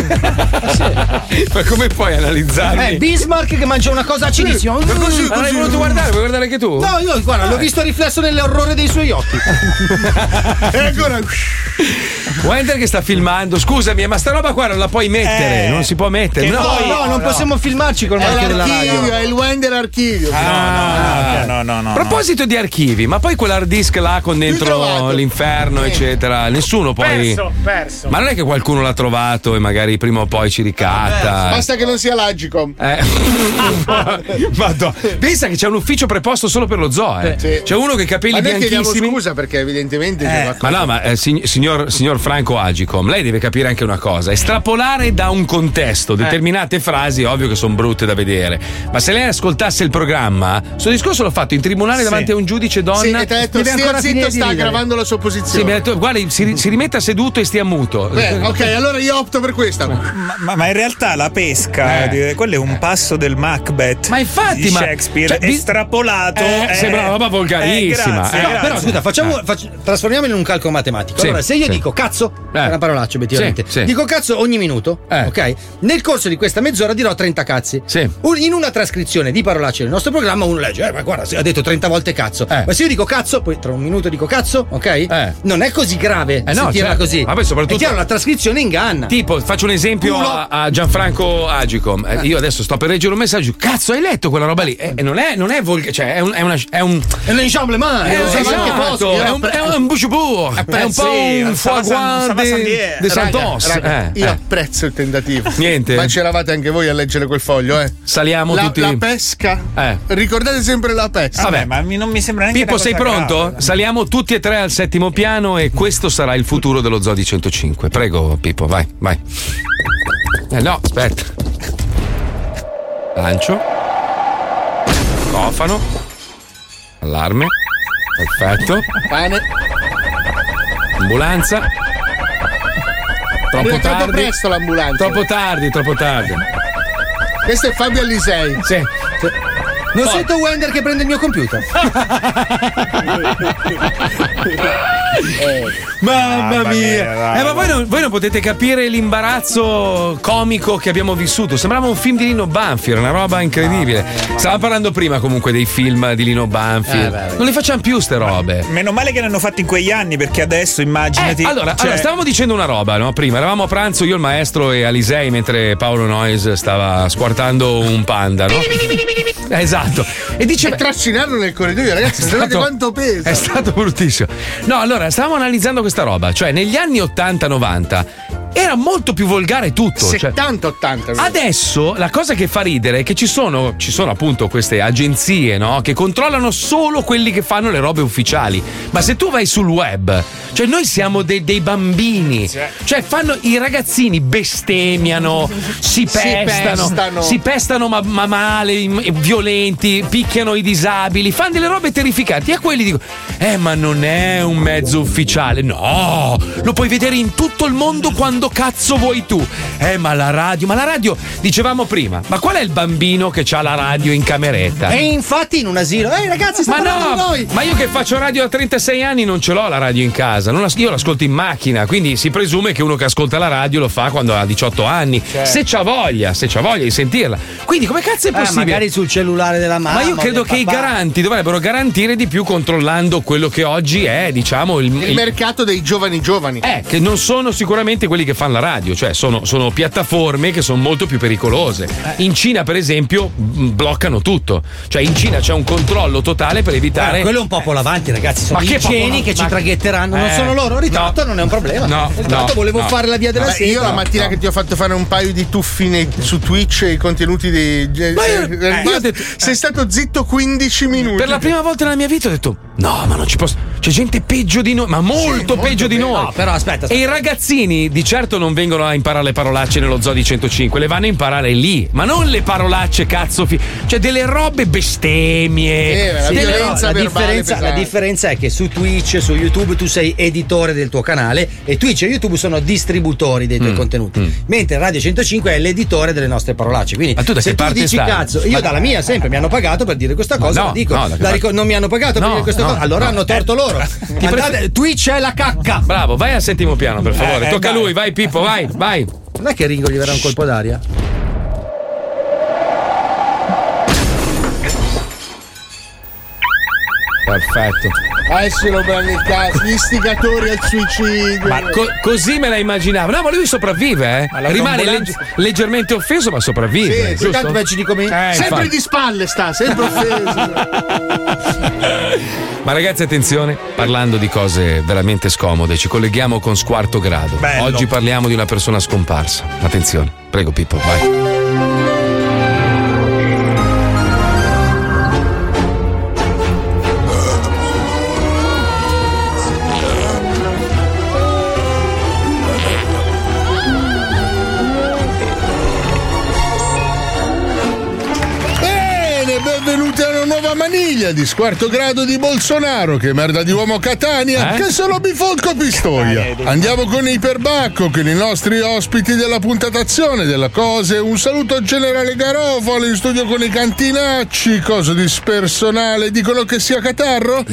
Ma come puoi analizzarmi? Eh, Bismarck che mangia una cosa acidissima. Ma così, Ma l'hai così. voluto guardare? Vuoi guardare anche tu? No, io guarda, l'ho visto riflesso nell'orrore dei suoi occhi. E ancora. Wender che sta filmando. Scusami, ma sta roba qua non la puoi mettere. Eh, non si può mettere. che No, poi- No, non possiamo filmarci col È marchio della l'archivio, radio. è il Wender archivio. Ah. No, no, no, no. A proposito di archivi, ma poi quell'hard disk là con dentro trovato. l'inferno, eccetera, nessuno poi. Perso, perso. Ma non è che qualcuno l'ha trovato e magari prima o poi ci ricatta. Basta che non sia l'Agicom. Eh. Madonna. Pensa che c'è un ufficio preposto solo per lo zoo, eh. Sì. C'è uno che ha i capelli Ma noi chiediamo bianchissimi. scusa perché evidentemente c'è Ma qualcosa. no, ma eh, sig- signor, signor Franco Agicom, lei deve capire anche una cosa: estrapolare da un contesto determinate frasi, ovvio che sono brutte da vedere. Ma se lei ascoltasse il programma, sto discorso l'ho fatto in tribunale Sì. davanti a un giudice donna. Sì, e ti ha detto Deve stia ancora finire zitto, di sta ridere. aggravando la sua Sì, posizione. mi ha detto, guardi, si, si rimetta seduto e stia muto. Beh, ok, allora io opto per questa. Ma, ma- ma in realtà la pesca, Eh. di- quello è un passo del Macbeth. Ma infatti, di ma- Shakespeare, cioè, vi- estrapolato. Eh, eh, sembra una roba volgarissima, eh, grazie, eh. No, grazie. però scusa, facciamo, facci- trasformiamolo in un calcolo matematico. Sì, allora, se io sì. dico cazzo, Eh. è una parolaccia, obiettivamente. Sì, sì. Dico cazzo ogni minuto, Eh. ok? Nel corso di questa mezz'ora dirò trenta cazzi. Sì. Un- in una trascrizione di parolacce del nostro programma, uno legge, eh, ma guarda, se ha detto trenta volte cazzo. Eh. Ma se io dico cazzo, poi tra un minuto dico cazzo, ok? Eh. Non è così grave Eh no, sentirla certo. così. Ma poi soprattutto- È chiaro, la trascrizione inganna. Tipo, faccio un esempio Culo. a, a Gianfranco Agicom. Eh, io adesso sto per leggere un messaggio. Cazzo, hai letto quella roba lì? E e non è, non è volgare, cioè, è un. È, una, è un È un enjamblement, è, lo usava anche esatto, Foschi, è eh. un, è un bouche-bourg, è un po' un foie gras de, de Santos. Raga, Eh, io eh. apprezzo il tentativo. Niente. Ma c'eravate anche voi a leggere quel foglio, eh? Saliamo La, tutti. la pesca. Eh. Ricordate sempre la pesca. Vabbè, ma mi- non mi sembra neanche Pippo, una sei cosa pronto? grave. Saliamo tutti e tre al settimo piano e questo sarà il futuro dello Zoo di centocinque. Prego, Pippo, vai, vai. Eh no, aspetta. Lancio. Cofano. Allarme. Perfetto. Pane. Ambulanza. Troppo Arriva troppo tardi. presto l'ambulanza. Troppo tardi, troppo tardi. Questo è Fabio Alisei. Sì. Non sento Wender che prende il mio computer. Mamma Mamma mia, mia, dai, eh, ma voi non, voi non potete capire l'imbarazzo comico che abbiamo vissuto. Sembrava un film di Lino Banfi, era una roba incredibile. Stavamo parlando prima comunque dei film di Lino Banfi. Eh, beh, non li facciamo più ste robe. Meno male che ne hanno fatti in quegli anni, perché adesso immaginati. Eh, allora, cioè- allora, stavamo dicendo una roba, no? Prima eravamo a pranzo io, il maestro e Alisei, mentre Paolo Noyes stava squartando un panda, no? Esatto. E diceva. E trascinarlo nel corridoio, ragazzi, È sapete stato- quanto pesa? È stato bruttissimo. No, allora, stavamo analizzando questa roba. Cioè, negli anni ottanta novanta era molto più volgare tutto. settanta ottanta. Cioè, adesso la cosa che fa ridere è che ci sono, ci sono appunto queste agenzie, no? Che controllano solo quelli che fanno le robe ufficiali. Ma se tu vai sul web, cioè noi siamo dei, dei bambini. Cioè fanno i ragazzini bestemmiano, si pestano, si pestano, si pestano ma, ma male, violenti, picchiano i disabili, fanno delle robe terrificanti. E a quelli dico: eh, ma non è un mezzo ufficiale. No, lo puoi vedere in tutto il mondo quando cazzo vuoi tu. Eh, ma la radio, ma la radio, dicevamo prima, ma qual è il bambino che ha la radio in cameretta? E infatti in un asilo, ehi ragazzi, sta ma parlando no, di noi. Ma io che faccio radio da trentasei anni non ce l'ho la radio in casa, non la, io l'ascolto in macchina, quindi si presume che uno che ascolta la radio lo fa quando ha diciotto anni, certo. se c'ha voglia, se c'ha voglia di sentirla. Quindi come cazzo è possibile? Eh, magari sul cellulare della mamma. Ma io credo che i garanti dovrebbero garantire di più controllando quello che oggi è, diciamo, il, il, il mercato dei giovani giovani. Eh, che non sono sicuramente quelli che fanno la radio, cioè sono, sono piattaforme che sono molto più pericolose. In Cina, per esempio, bloccano tutto. Cioè in Cina c'è un controllo totale per evitare. Eh, quello è un popolo avanti, ragazzi. Sono ma i che geni popolo... che ci ma... traghetteranno. Non eh, sono loro. Ritratto no. non è un problema. No, Ritratto no, volevo no. fare la via della Vabbè, seta. io la mattina no. che ti ho fatto fare un paio di tuffi nei, su Twitch e i contenuti dei. Ma io, eh, eh, io ho detto, sei stato zitto quindici minuti. Per la prima volta nella mia vita ho detto: no, ma non ci posso. C'è gente peggio di noi, ma molto, sì, molto peggio di noi. No, però aspetta, aspetta. E i ragazzini di certo non vengono a imparare le parolacce nello Zoo di centocinque, le vanno a imparare lì, ma non le parolacce cazzo, fi- cioè delle robe bestemmie. Eh, la, sì, delle... no, la, differenza, la differenza è che su Twitch, su YouTube tu sei editore del tuo canale e Twitch e YouTube sono distributori dei tuoi mm. contenuti, mm. mentre Radio centocinque è l'editore delle nostre parolacce. Quindi ma tu da se che tu parte dici stai? cazzo, io ma... dalla mia sempre mi hanno pagato per dire questa cosa, no, la dico. no, la ric- non mi hanno pagato per no, dire questa no, cosa, allora no. hanno torto loro. Ti Andate, pref- Twitch è la cacca. Bravo, vai al settimo piano per favore. Eh, Tocca a dai. lui, vai Pippo, vai, vai. Non è che Ringo gli verrà un colpo d'aria? Perfetto. Adesso lo prende il caso, gli istigatori al suicidio. Ma co- così me la immaginavo. No, ma lui sopravvive, eh. Rimane legge- leggermente offeso, ma sopravvive. Sì, giusto? tanto ci dico me. Eh, sempre infatti. di spalle sta, sempre offeso. Ma ragazzi, attenzione, parlando di cose veramente scomode, ci colleghiamo con Squarto Grado. Bello. Oggi parliamo di una persona scomparsa. Attenzione, prego Pippo, vai. Benvenuti a una nuova maniglia di Squarto Grado di Bolsonaro, che merda di uomo Catania, eh? che sono Bifolco Pistoia. Andiamo con Iperbacco, con i nostri ospiti della puntatazione della Cose. Un saluto al generale Garofalo in studio con i cantinacci. Cosa dispersonale, dicono che sia catarro?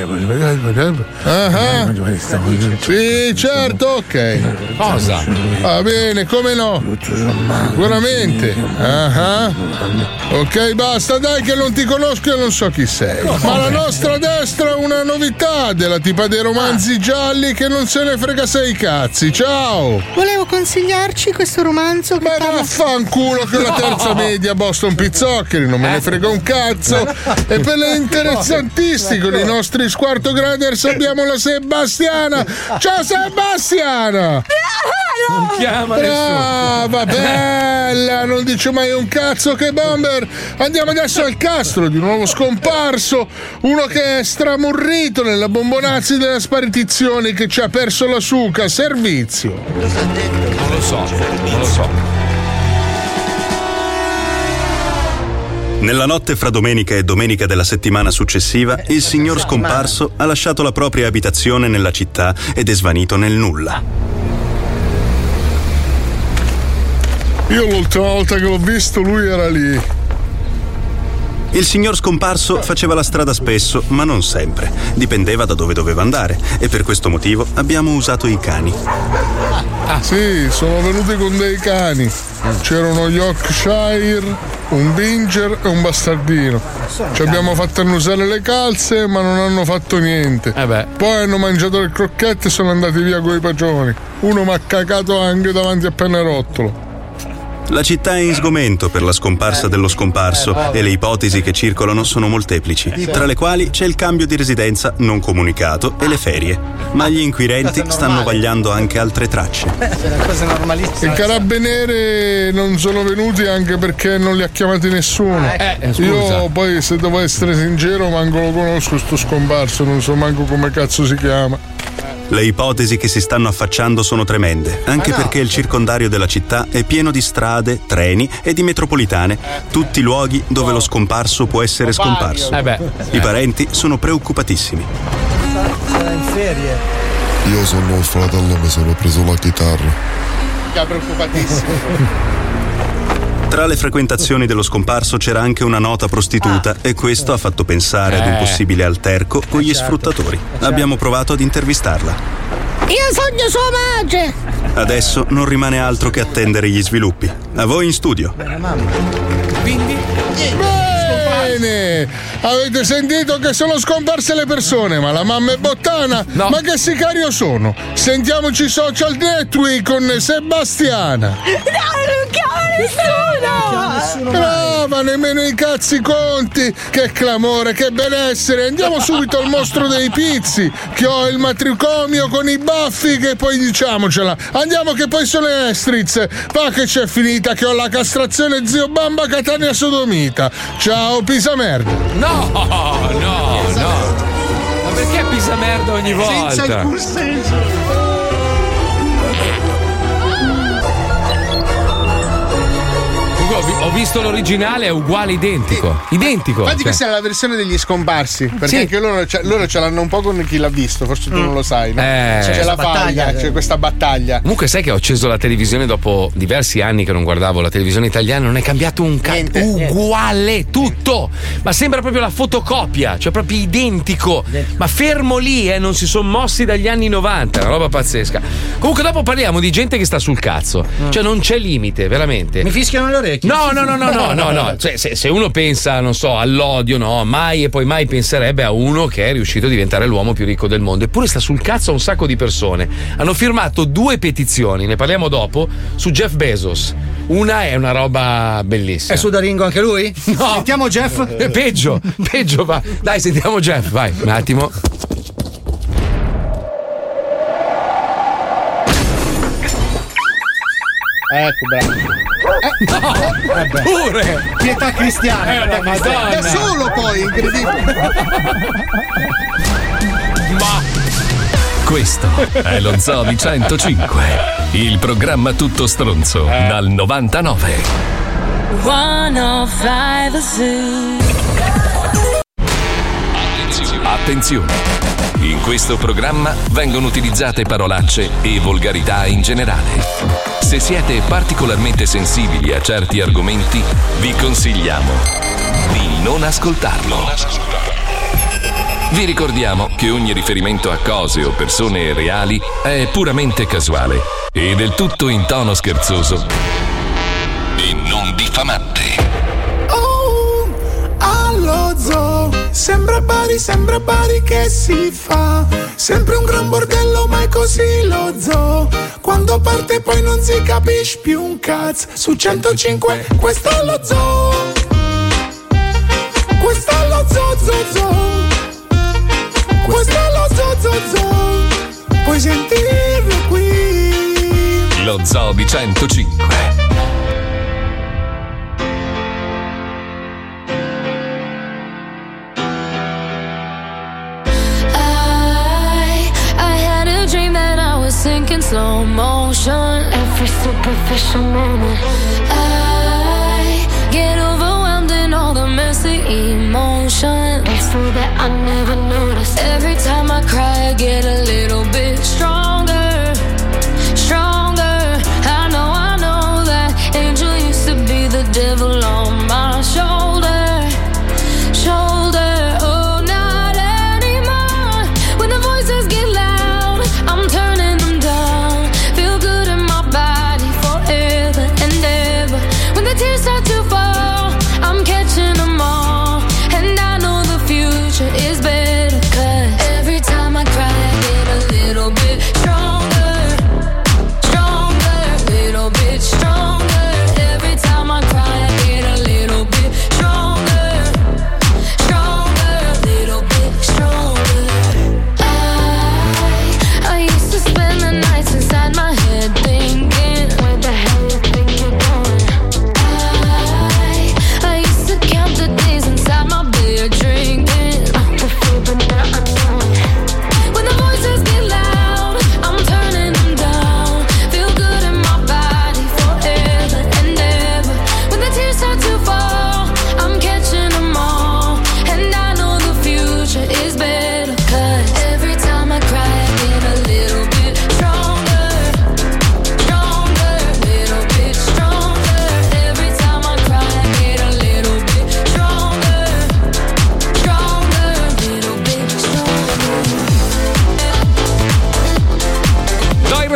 Ah, sì, certo, ok. Cosa? Va bene, come no? Sicuramente. Ah, ok, basta, dai che non ti conosco e non so chi sei. Ma la nostra destra ha una novità della tipa dei romanzi gialli che non se ne frega sei cazzi. Ciao! Volevo consigliarci questo romanzo che Ma parla... vaffanculo che la terza media Boston Pizzoccheri, non me ne frega un cazzo. E per le interessantisti con i nostri Squarto Graders abbiamo la Sebastiana. Ciao Sebastiana! Non chiama Brava, bella, non dice mai un cazzo che bomber. Andiamo adesso al Castro di un nuovo scomparso, uno che è stramurrito nella bombonazzi delle sparitizioni, che ci ha perso la suca. Servizio. Non lo so, non lo so. Nella notte fra domenica e domenica della settimana successiva, il signor scomparso ha lasciato la propria abitazione nella città ed è svanito nel nulla. Io l'ultima volta che l'ho visto lui era lì. Il signor scomparso faceva la strada spesso, ma non sempre. Dipendeva da dove doveva andare e per questo motivo abbiamo usato i cani. Ah, sì, sono venuti con dei cani. C'era uno Yorkshire, un Binger e un bastardino. Ci abbiamo fatto annusare le calze, ma non hanno fatto niente. Eh beh. Poi hanno mangiato le crocchette e sono andati via coi pagioni. Uno mi ha cacato anche davanti a Pianerottolo. La città è in sgomento per la scomparsa dello scomparso e le ipotesi che circolano sono molteplici, tra le quali c'è il cambio di residenza non comunicato e le ferie. Ma gli inquirenti stanno vagliando anche altre tracce. I carabinieri non sono venuti anche perché non li ha chiamati nessuno. Eh, Io poi, se devo essere sincero, manco lo conosco sto scomparso, non so manco come cazzo si chiama. Le ipotesi che si stanno affacciando sono tremende, anche no. perché il circondario della città è pieno di strade, treni e di metropolitane, tutti luoghi dove lo scomparso può essere scomparso. Eh beh. I parenti sono preoccupatissimi. Sarà in ferie. Io sono il fratello, mi sono preso la chitarra. È preoccupatissimo. Tra le frequentazioni dello scomparso c'era anche una nota prostituta e questo ha fatto pensare ad un possibile alterco con gli sfruttatori. Abbiamo provato ad intervistarla. Io sogno sua madre. Adesso non rimane altro che attendere gli sviluppi. A voi in studio. Quindi? Bene! Avete sentito che sono scomparse le persone, ma la mamma è bottana? No. Ma che sicario sono? Sentiamoci Social Network con Sebastiana. No, non chiama nessuno! Brava, nemmeno i cazzi conti! Che clamore, che benessere! Andiamo subito al mostro dei pizzi, che ho il matricomio con i baffi, che poi diciamocela. Andiamo che poi sono Estritz. Va che c'è finita, che ho la castrazione zio Bamba Catania sodomita. Ciao, pisa merda! No, no, no! Ma perché pisa merda ogni volta? Senza alcun senso. Ho visto l'originale, è uguale, identico. Identico. Infatti, cioè. questa è la versione degli scomparsi. Perché Sì. anche loro, cioè, loro ce l'hanno un po' con chi l'ha visto, forse tu non lo sai. No? Eh. C'è, C'è la questa faglia, battaglia. c'è questa battaglia. Comunque sai che ho acceso la televisione dopo diversi anni che non guardavo la televisione italiana, non è cambiato un cazzo, uguale tutto, ma sembra proprio la fotocopia, cioè proprio identico, ma fermo lì, eh, non si sono mossi dagli anni novanta, una roba pazzesca. Comunque dopo parliamo di gente che sta sul cazzo, cioè non c'è limite, veramente. Mi fischiano le orecchie. No, no, no, no, no, no, no. Cioè, se, se uno pensa, non so, all'odio, no, mai e poi mai penserebbe a uno che è riuscito a diventare l'uomo più ricco del mondo. Eppure sta sul cazzo a un sacco di persone. Hanno firmato due petizioni, ne parliamo dopo, su Jeff Bezos. Una è una roba bellissima. È sudaringo anche lui? No. Sentiamo Jeff. È peggio, peggio va. Dai, sentiamo Jeff, vai, un attimo. Ecco, bravo. Eh, no, pure pietà cristiana, eh, pietà cristiana. Da solo poi, incredibile. Ma questo è lo Zoo di centocinque, il programma tutto stronzo dal novantanove. Attenzione. Attenzione. In questo programma vengono utilizzate parolacce e volgarità in generale. Se siete particolarmente sensibili a certi argomenti, vi consigliamo di non ascoltarlo. Vi ricordiamo che ogni riferimento a cose o persone reali è puramente casuale e del tutto in tono scherzoso e non diffamante. Oh, allo zoo, sembra Bari, sembra Bari che si fa. Sempre un gran bordello, ma è così lo zoo. Quando parte poi non si capisce più un cazzo. Su centocinque, questo è lo zoo. Questo è lo zoo, zoo, zoo. Questo è lo zoo, zoo, zoo. Puoi sentirlo qui. Lo Zoo di centocinque. Sinking slow motion, every superficial moment. I get overwhelmed in all the messy emotion. It's so that I never notice. Every time I cry, I get a little bit stronger, stronger. I know, I know that angel used to be the devil on my shoulder, shoulder. Oh, not anymore. When the voices get loud, I'm turning. Tears start to fall, I'm catching them all. And I know the future is better, 'cause every time I cry, I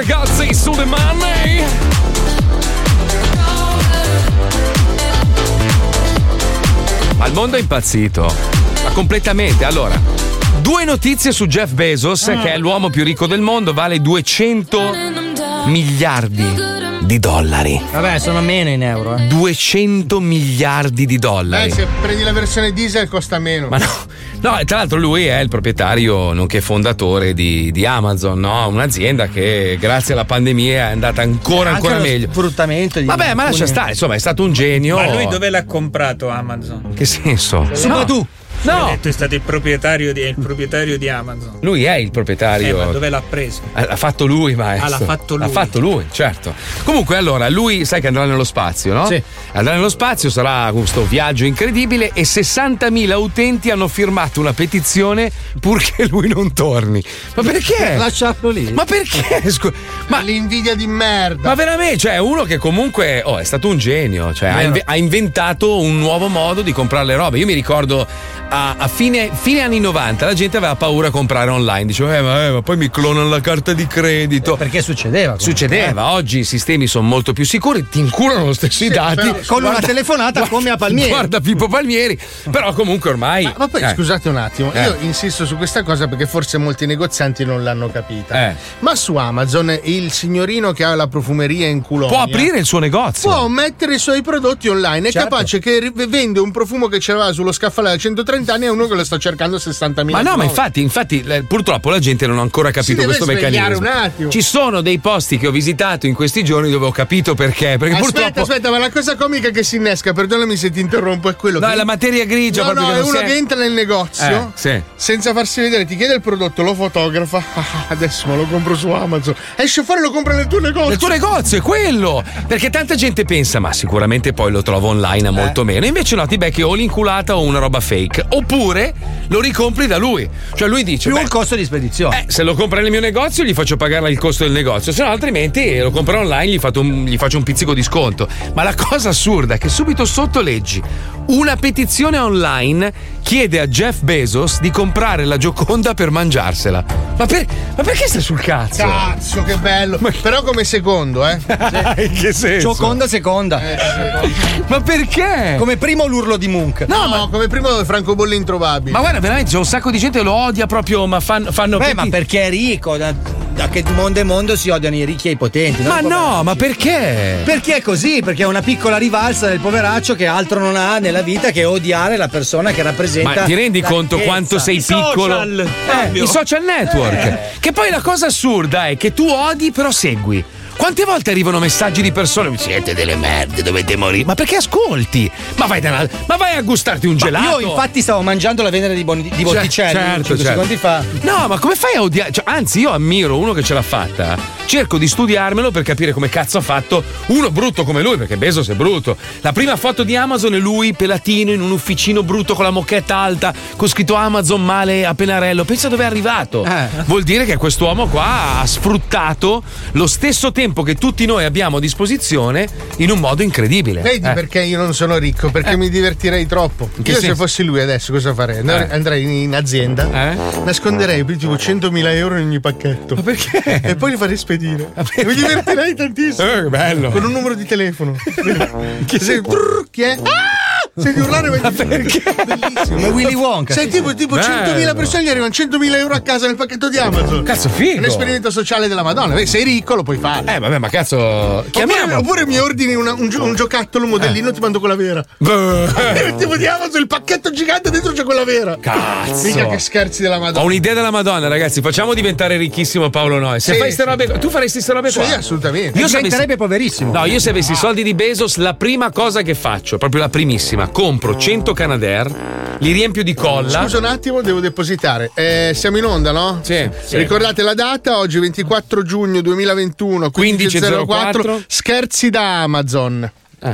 ragazzi, sulle mani. Ma il mondo è impazzito, ma completamente. Allora, due notizie su Jeff Bezos, Ah. che è l'uomo più ricco del mondo, vale duecento miliardi di dollari. Vabbè, sono meno in euro. Eh. duecento miliardi di dollari. Eh, se prendi la versione diesel costa meno. Ma no, no, tra l'altro lui è il proprietario nonché fondatore di, di Amazon, no? Un'azienda che grazie alla pandemia è andata ancora, Anche ancora lo meglio. Sfruttamento di Vabbè, ma lascia alcuni- stare, insomma, è stato un genio. Ma lui dove l'ha comprato Amazon? Che senso? Su No. Badu. No. Hai detto è stato il proprietario di, è il proprietario di Amazon. Lui è il Eh, proprietario. ma dove l'ha preso? Eh, L'ha fatto lui, maestro. Ah, l'ha fatto lui. L'ha fatto lui, certo. Comunque, allora, lui sai che andrà nello spazio, no? Sì. Andrà nello spazio, sarà questo viaggio incredibile e sessantamila utenti hanno firmato una petizione purché lui non torni. Ma perché? Lasciarlo lì. Ma perché? Scu- ma l'invidia di merda. Ma veramente, cioè, uno che comunque oh, è stato un genio, cioè, ha, Vero. inve- ha inventato un nuovo modo di comprare le robe. Io mi ricordo a, a fine, fine anni novanta la gente aveva paura a comprare online, diceva eh, ma, eh, ma poi mi clonano la carta di credito. Perché succedeva? comunque. Succedeva, oggi i sistemi sono molto più sicuri, ti inculano lo stesso i dati. però con una telefonata come a Palmieri. Guarda Pippo Palmieri, però comunque ormai. Ma, ma poi eh. scusate un attimo, Eh. io insisto su questa cosa perché forse molti negozianti non l'hanno capita. Eh. Ma su Amazon il signorino che ha la profumeria in Culonia Può aprire il suo negozio. può mettere i suoi prodotti online. È Certo. capace che ri- vende un profumo che c'aveva sullo scaffale da centotrenta anni e uno che lo sta cercando sessantamila. Ma no, ma chilometri. infatti, infatti, eh, purtroppo la gente non ha ancora capito deve questo svegliare meccanismo. un attimo. Ci sono dei posti che ho visitato in questi giorni dove ho capito perché. Perché Aspetta, purtroppo. aspetta, ma la cosa comica che si innesca, perdonami se ti interrompo, è quello No, che. è la materia grigia. No, proprio no, che è non uno si che entra nel negozio Eh, sì. senza farsi vedere, ti chiede il prodotto, lo fotografa. Ah, adesso me lo compro su Amazon. Esce fuori e lo compra nel tuo negozio. Nel tuo negozio è quello! Perché tanta gente pensa, ma sicuramente poi lo trovo online a molto meno. Invece no, ti becchi o l'inculata o una roba fake. Oppure lo ricompri da lui. Cioè lui dice: Più beh, il costo di spedizione. eh, se lo compra nel mio negozio gli faccio pagare il costo del negozio, se no altrimenti lo compro online, gli, fatto un- gli faccio un pizzico di sconto. Ma la cosa assurda è che subito sotto leggi una petizione online chiede a Jeff Bezos di comprare la Gioconda per mangiarsela. Ma, per- ma perché stai sul cazzo? Cazzo, che bello. Però come secondo, eh. In che senso? Gioconda seconda. Ma perché? Come primo l'urlo di Munch. No, ma come primo francobolli introvabili. Ma guarda, veramente c'è un sacco di gente che lo odia proprio, ma fanno. fanno Beh, peti- ma perché è ricco? Da, da che mondo e mondo si odiano i ricchi e i potenti. Ma non i no, poveracci. ma perché? Perché è così? Perché è una piccola rivalsa del poveraccio che altro non ha nella vita che odiare la persona che rappresenta. Ma ti rendi la conto ricchezza. quanto sei I piccolo? social, Eh, Fabio. I social network. Eh. Che poi la cosa assurda è che tu odi, però segui. Quante volte arrivano messaggi di persone? Siete delle merde, dovete morire. Ma perché ascolti? Ma vai, da una- ma vai a gustarti un Ma gelato. io infatti stavo mangiando la Venere di, Bon- di Botticelli certo, cinque certo. secondi fa. No, ma come fai a odiare? Cioè, anzi, io ammiro uno che ce l'ha fatta. Cerco di studiarmelo per capire come cazzo ha fatto uno brutto come lui, perché Bezos è brutto. La prima foto di Amazon è lui pelatino in un ufficino brutto con la moquetta alta, con scritto Amazon male a pennarello. Pensa dove è arrivato. Vuol dire che quest'uomo qua ha sfruttato lo stesso tempo che tutti noi abbiamo a disposizione in un modo incredibile. Vedi Eh. perché io non sono ricco? Perché mi divertirei troppo. che Io se senso? fossi lui adesso cosa farei? Andrei, Eh. andrei in, in azienda, nasconderei più tipo centomila euro in ogni pacchetto. Ma perché? E poi li farei spedire. Mi divertirei tantissimo. Eh, che bello. Con un numero di telefono. Chi, sei? Trrr, chi è? Ah! Senti urlare ma perché? Bellissimo. Come Willy Wonka. Sei tipo, tipo Bello. centomila persone gli arrivano centomila euro a casa nel pacchetto di Amazon. Cazzo, figo. È un esperimento sociale della Madonna. Beh, sei ricco, lo puoi fare. Eh, vabbè, ma cazzo. Oppure, Chiamiamo. oppure mi ordini una- un, gio- un giocattolo, un modellino, ti mando quella vera. Beh. Tipo di Amazon, il pacchetto gigante dentro c'è quella vera. Cazzo. Mica che scherzi della Madonna. Ho un'idea della Madonna, ragazzi. Facciamo diventare ricchissimo Paolo Noyes. Se Sì, fai ste sì. robe, tu faresti ste robe Sì, qua? assolutamente. Io se Diventerebbe avessi- poverissimo. No, io se avessi i soldi di Bezos, la prima cosa che faccio, proprio la primissima, compro cento Canadair, li riempio di colla. Scusa un attimo, devo depositare. Eh, siamo in onda, no? Sì, sì. Ricordate la data? Oggi ventiquattro giugno duemilaventuno, quindici e zero quattro. quindici e zero quattro. Scherzi da Amazon. Eh.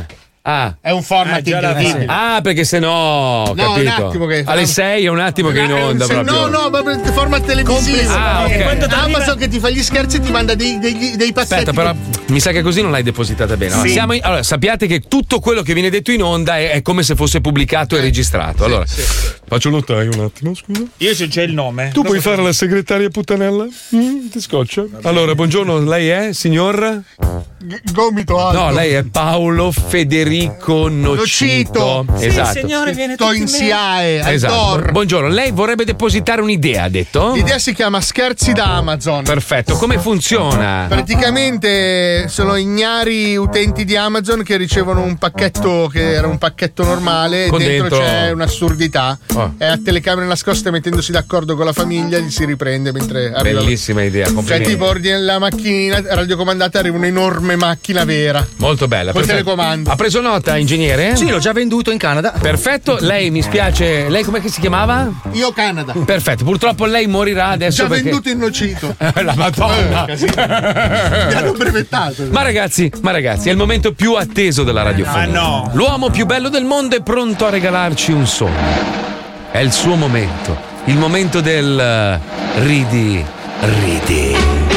Ah. È un format Eh, già la- incredibile. Ah, perché se no, ho No, capito. un attimo che- Alle sei è un attimo che è in onda Se- proprio. No, no, ma per format televisivo. Ah, ok. E quando ti Amazon che ti fa gli scherzi e ti manda dei, dei, dei pazzetti. Aspetta, però mi sa che così non l'hai depositata bene. Allora, Sì. siamo in- allora, sappiate che tutto quello che viene detto in onda è, è come se fosse pubblicato e registrato. Allora, faccio un notaio un attimo, scusa. Io c'ho già il nome. Tu puoi fare la segretaria puttanella? Mm, ti scoccia? Allora, buongiorno, lei è signor? Gomito alto. No, lei è Paolo Federico Nocito. Sì, Esatto. signore, viene Sto in S I A E, al Esatto. Tor. Buongiorno, lei vorrebbe depositare un'idea, ha detto? L'idea si chiama Scherzi da Amazon. Perfetto, come funziona? Praticamente sono ignari utenti di Amazon che ricevono un pacchetto che era un pacchetto normale e Con dentro, dentro- c'è un'assurdità. Oh. È a telecamere nascoste, mettendosi d'accordo con la famiglia, gli si riprende mentre arriva. Bellissima idea, Cioè, complimenti. tipo ordini la macchinina radiocomandata, arriva un'enorme macchina vera. Molto bella. Col perfetto. telecomando. Ha preso nota, ingegnere? Sì, l'ho già venduto in Canada. Perfetto, lei mi spiace. Lei com'è che si chiamava? Io Canada. Perfetto, purtroppo lei morirà adesso. Già perché... venduto in nocito. La Madonna. Eh, casino. Mi hanno brevettato. Ma ragazzi, ma ragazzi, è il momento più atteso della radiofonia. Ma no. L'uomo più bello del mondo è pronto a regalarci un sogno. È il suo momento. Il momento del eh, ridi, ridi.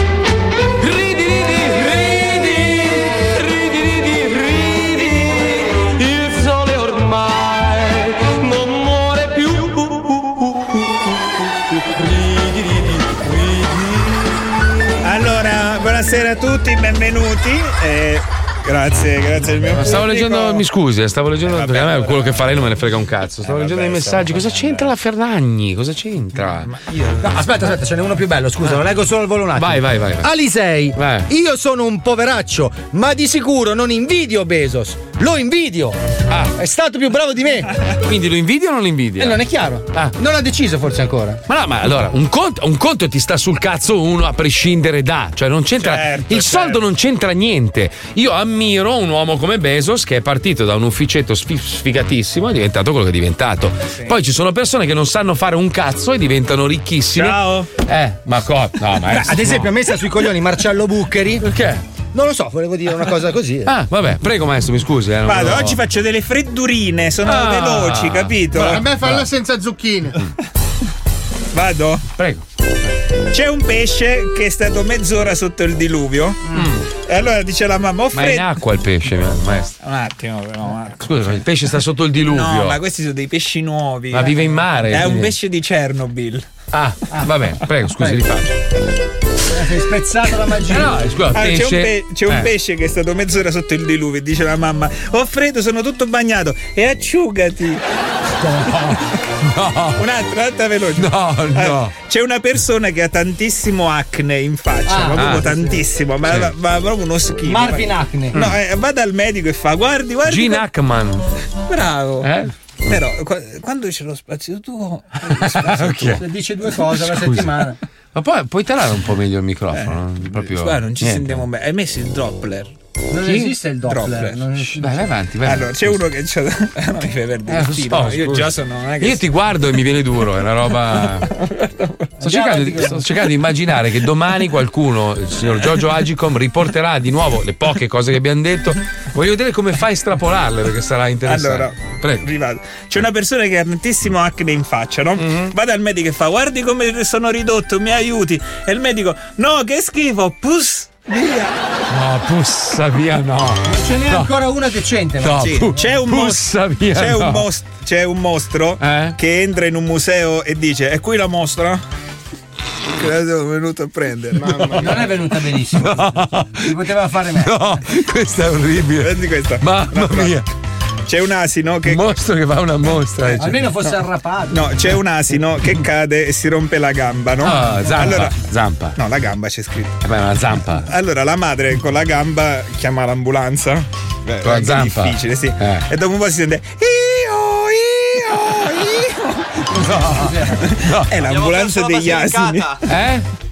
Il sole ormai non muore più. Allora, buonasera a tutti, benvenuti. Eh, grazie, grazie al mio Ma stavo pubblico. leggendo, mi scusi, eh, stavo leggendo perché a me quello che fa lei non me ne frega un cazzo. Stavo Eh, leggendo vabbè, i messaggi. Cosa c'entra la Ferragni? Cosa c'entra? No, aspetta, aspetta, ce n'è uno più bello, scusa, lo leggo solo al volo un attimo. Vai, vai, vai, vai. Alisei, Vai. io sono un poveraccio, ma di sicuro non invidio Bezos. Lo invidio. Ah. È stato più bravo di me. Quindi lo invidia o non lo invidia? E non è chiaro. Ah. Non ha deciso forse ancora. Ma no, ma allora, un conto, un conto ti sta sul cazzo uno a prescindere da, cioè non c'entra, Certo, il soldo certo. non c'entra niente. Io ammiro un uomo come Bezos che è partito da un ufficetto sfi- sfigatissimo e è diventato quello che è diventato. Poi ci sono persone che non sanno fare un cazzo e diventano ricchissime. Ciao. Eh, ma cosa? No, Beh, maestro. ad esempio, a me sta sui coglioni Marcello Buccheri. Perché? Non lo so, volevo dire una cosa così. Ah, vabbè, prego maestro, mi scusi. Eh, non Vado, lo- oggi faccio delle freddurine, sono Ah. veloci, capito? A me falla senza zucchine. Vado? Prego. C'è un pesce che è stato mezz'ora sotto il diluvio. E allora dice la mamma: ho Ma è in freddo. acqua il pesce, maestro. Un attimo, però, Marco. Scusa, il pesce sta sotto il diluvio. No, ma questi sono dei pesci nuovi. Ma vive in mare, È un quindi. pesce di Chernobyl. Ah, va bene, prego, scusi, rifaccio. Sei spezzato la magia. Eh no, scusa, Ah, c'è un, pesce. pe- c'è un Eh. pesce che è stato mezz'ora sotto il diluvio e dice la mamma: ho freddo, sono tutto bagnato e acciugati. No. Un'altra, un'altra veloce. No, no. Eh, c'è una persona che ha tantissimo acne in faccia, Ah, ma proprio ah, tantissimo, ma, sì. ma- ma proprio uno schifo. Marvin Acne. No, eh, va dal medico e fa: guardi, guardi. Gene qua- Hackman. Bravo. Eh? Però qua- quando c'è lo spazio tuo, lo spazio tuo. Ok. Dice due cose alla Scusi. settimana. Ma poi puoi tarare un po' meglio il microfono? Proprio. Guarda, non ci niente. sentiamo bene. Hai messo il Doppler. Non Chi? esiste il Doppler. Doppler. Non Shh, Vai, vai avanti, vai. Allora, c'è uno che c'ha. non mi fai perdere Eh, il lo filo. so, Io scusa. già sono. Non è che Io ti guardo e mi viene duro, è una roba. Sto cercando, di, sto cercando di immaginare che domani qualcuno, il signor Giorgio Agicom, riporterà di nuovo le poche cose che abbiamo detto. Voglio vedere come fa a estrapolarle perché sarà interessante. Allora, prego. Rivado. C'è una persona che ha tantissimo acne in faccia, no? Mm-hmm. Va dal medico e fa: guardi come sono ridotto, mi aiuti. E il medico: no, che schifo, pus, via. No, pussa via, no. Non ce n'è No. ancora una decente. No, ma Sì, pu- c'è un pussa mostro. via, C'è, no. un mos- c'è un mostro Eh? che entra in un museo e dice: è qui la mostra? Che la sono venuto a prendere. non è venuta benissimo. Si poteva fare meglio. No, questa è orribile. Prendi questa. Mamma No, no. mia. C'è un asino che. Un mostro che fa una mostra. eh, cioè. Almeno fosse arrapato. No, c'è un asino che cade e si rompe la gamba, no? Ah, zampa. Allora, Zampa. no, la gamba c'è scritto. Vabbè, una zampa. Allora la madre con la gamba chiama l'ambulanza. Beh, Con la è zampa. difficile, sì. Eh. E dopo un po' si sente io, io, io. No. È l'ambulanza degli asini. Eh?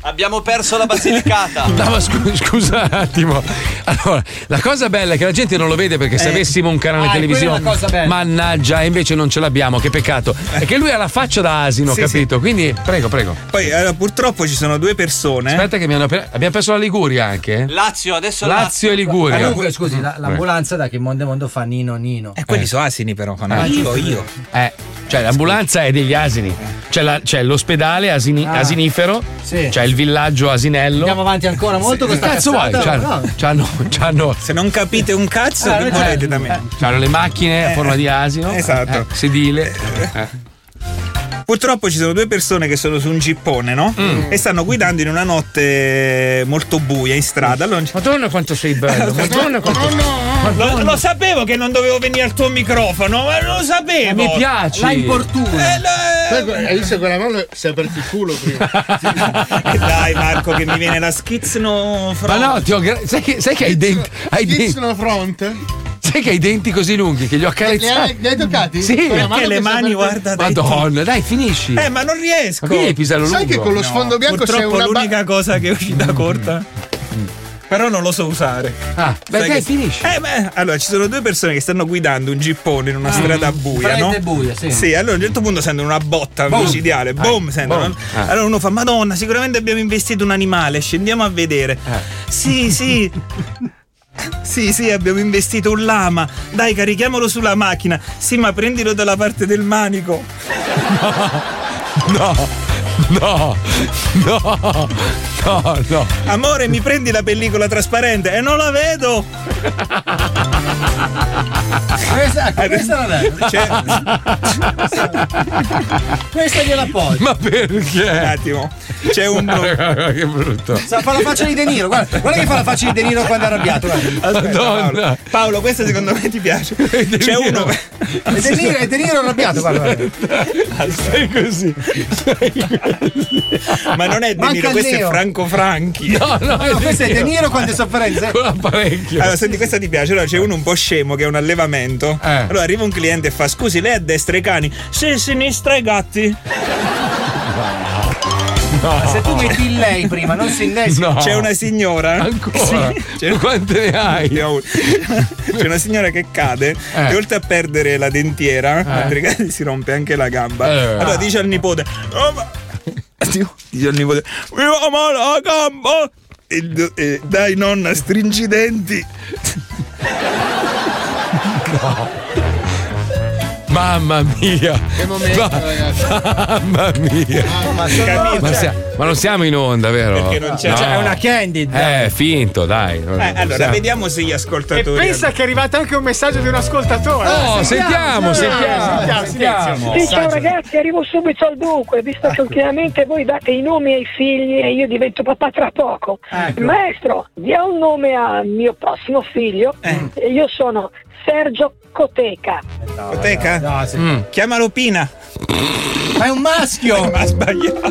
Abbiamo perso la Basilicata. No, ma scu- scusa un attimo. Allora, la cosa bella è che la gente non lo vede perché se Eh. avessimo un canale Ah, televisivo, quella è la cosa bella. mannaggia, e invece non ce l'abbiamo, che peccato. È che lui ha la faccia da asino, Sì, capito? Quindi, prego, prego. Poi allora, purtroppo ci sono due persone. Aspetta che mi hanno appena- abbiamo perso la Liguria anche. Lazio, adesso Lazio e Liguria. Comunque, scusi, la- l'ambulanza da che mondo e mondo fa Nino Nino. E quelli sono asini però, fanno Eh. io io. Eh, cioè l'ambulanza è degli asini. C'è, la- c'è l'ospedale asini- Ah. asinifero, Sì. c'è il villaggio asinello. Andiamo avanti ancora molto Che con sta cazzo vuoi? cazzata? C'hanno, No. c'hanno, c'hanno, Se non capite un cazzo, Ah, che noi volete c'è- da me? c'hanno le macchine a Eh, forma di asino. esatto. eh, sedile. Eh. Purtroppo ci sono due persone che sono su un gippone, no? Mm. E stanno guidando in una notte molto buia in strada. Allora, Madonna quanto sei bello. Madonna quanto. lo, lo sapevo che non dovevo venire al tuo microfono, ma lo sapevo. Eh, mi piaci. La importuna. Eh, la- Hai visto quella mano? Si è aperto il culo prima. Eh, dai Marco che mi viene la schizno Ma no, ti ho gra- sai, che, sai che hai i denti. Hai i denti. Schizno front? Sai che hai i denti così lunghi che li ho Li hai, accarezzati. li hai toccati? Sì. Con la Perché mano le che si è mani, aperta- guarda, dai. Madonna, dai, finisci. Eh, ma non riesco. Ma che devi pisarlo Sai lungo? che con lo sfondo bianco sei Purtroppo una ba- l'unica cosa che è uscita corta. Però non lo so usare. Ah, beh, Sai dai, che- finisci. Eh, beh, allora ci sono due persone che stanno guidando un gippone in una Ah, strada buia, fredda no? e buia, sì. Sì, allora a un certo punto sentono una botta Boom. micidiale, boom, sentono. boom. Ah. Allora uno fa: Madonna, sicuramente abbiamo investito un animale, scendiamo a vedere. Sì, sì. Sì, sì, abbiamo investito un lama. Dai, carichiamolo sulla macchina. Sì, ma prendilo dalla parte del manico. No, no, no, no, no. Amore, mi prendi la pellicola trasparente? E non la vedo. Questa, questa non è. Cioè, Questa gliela poi. Ma un perché? attimo. C'è un. Guarda, che brutto. Sa, fa la faccia di De Niro, guarda, guarda che fa la faccia di De Niro quando è arrabbiato. Guarda. Aspetta, Madonna. Paolo. Paolo, questa secondo me ti piace. C'è uno. È De Niro, è De Niro arrabbiato, guarda. guarda. Sei così. Ma non è De Manca Niro, il questo è neo. Franco Franchi. No, no, No, questo è De Niro quando è sofferenza. con l'apparecchio. Allora, senti, questa ti piace? Allora, c'è uno un po' scemo che è un allevamento. Eh. Allora arriva un cliente e fa: Scusi, lei a destra i cani? Sì, sinistra i gatti. Ma se tu metti il lei prima, non si innesca. No. C'è una signora. Ancora? Sì, c'è, Quante ne hai? c'è una signora che cade Eh. e oltre a perdere la dentiera, mentre cade si rompe anche la gamba. Eh. Allora dice al nipote: "Oh, ma-" dice al nipote: Mi va male la gamba. E, il- e, dai nonna, stringi i denti. Mamma mia. Che momento, Ma- ragazzi. Mamma mia. Ma Capito? Ma, sia- ma non siamo in onda, vero? Perché non c'è- No. Cioè, è una candid. Eh, finto, dai. Non- Eh, non allora, siamo- vediamo se gli E ascoltatori. pensa che è arrivato anche un messaggio di un ascoltatore. Oh, sentiamo, sentiamo, sentiamo, sentiamo. silenzio. Sì, ciao ragazzi, arrivo subito al dunque, visto che ultimamente voi date i nomi ai figli e io divento papà tra poco. Maestro, dia un nome al mio prossimo figlio e io sono Sergio Coteca. Coteca? No, sì. Mm. Chiamalo Pina. Ma è un maschio! Ma ha sbagliato.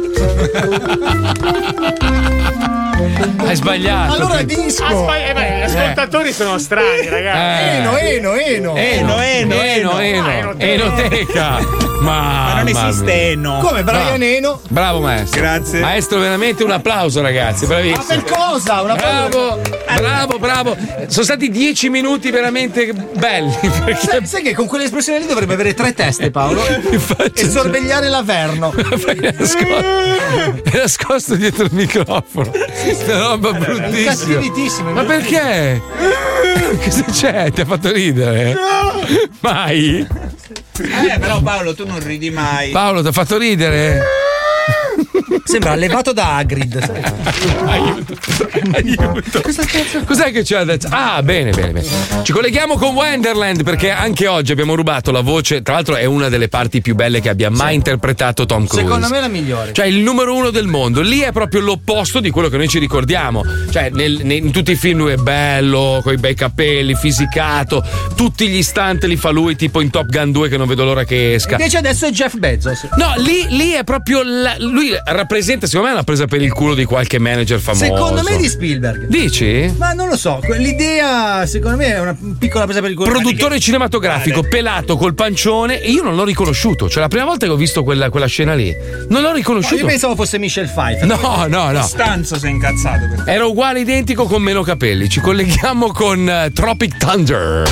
Hai sbagliato. Allora è Ah, disco. sbagli- eh beh, gli ascoltatori sono strani, ragazzi. Eh. Eno, Eno, Eno. Eno, Eno, Eno, Eno. Eno, Enoteca. Ma non Mamma esiste mia. Eno. Come Brian No. Eno? Bravo maestro. Grazie. Maestro, veramente un applauso, ragazzi. Ma Bravissimo. per cosa? Una Bravo, bravo, bravo. Sono stati dieci minuti veramente belli. Perché Sai, sai che con quell'espressione lì dovrebbe avere tre teste, Paolo? E sorvegliare l'Averno. Poi è nascosto, è nascosto dietro il microfono. Una roba bruttissima. Cattivitissimo. Ma perché? Cosa c'è? Ti ha fatto ridere? Mai? Eh, però Paolo, tu non ridi mai. Paolo, ti ha fatto ridere? Sembra allevato da Hagrid. sai? Aiuto, aiuto. Cos'è che c'è adesso? Ah, bene, bene, bene. Ci colleghiamo con Wonderland perché anche oggi abbiamo rubato la voce. Tra l'altro, è una delle parti più belle che abbia mai interpretato Tom Cruise. Secondo me è la migliore. Cioè, il numero uno del mondo. Lì è proprio l'opposto di quello che noi ci ricordiamo. Cioè, nel- nei- in tutti i film lui è bello, con i bei capelli, fisicato. Tutti gli stunt li fa lui, tipo in Top Gun due, che non vedo l'ora che esca. Invece adesso è Jeff Bezos. No, lì, lì è proprio la- lui rappresenta, secondo me è una presa per il culo di qualche manager famoso. Secondo me di Spielberg. Dici? Ma non lo so, l'idea secondo me è una piccola presa per il culo. Produttore cinematografico, Vale. pelato col pancione, e io non l'ho riconosciuto. Cioè, la prima volta che ho visto quella, quella scena lì, non l'ho riconosciuto. No, io pensavo fosse Michelle Pfeiffer. No, no, no. Costanzo si è incazzato. Per... Era uguale, identico, con meno capelli. Ci colleghiamo con uh, Tropic Thunder.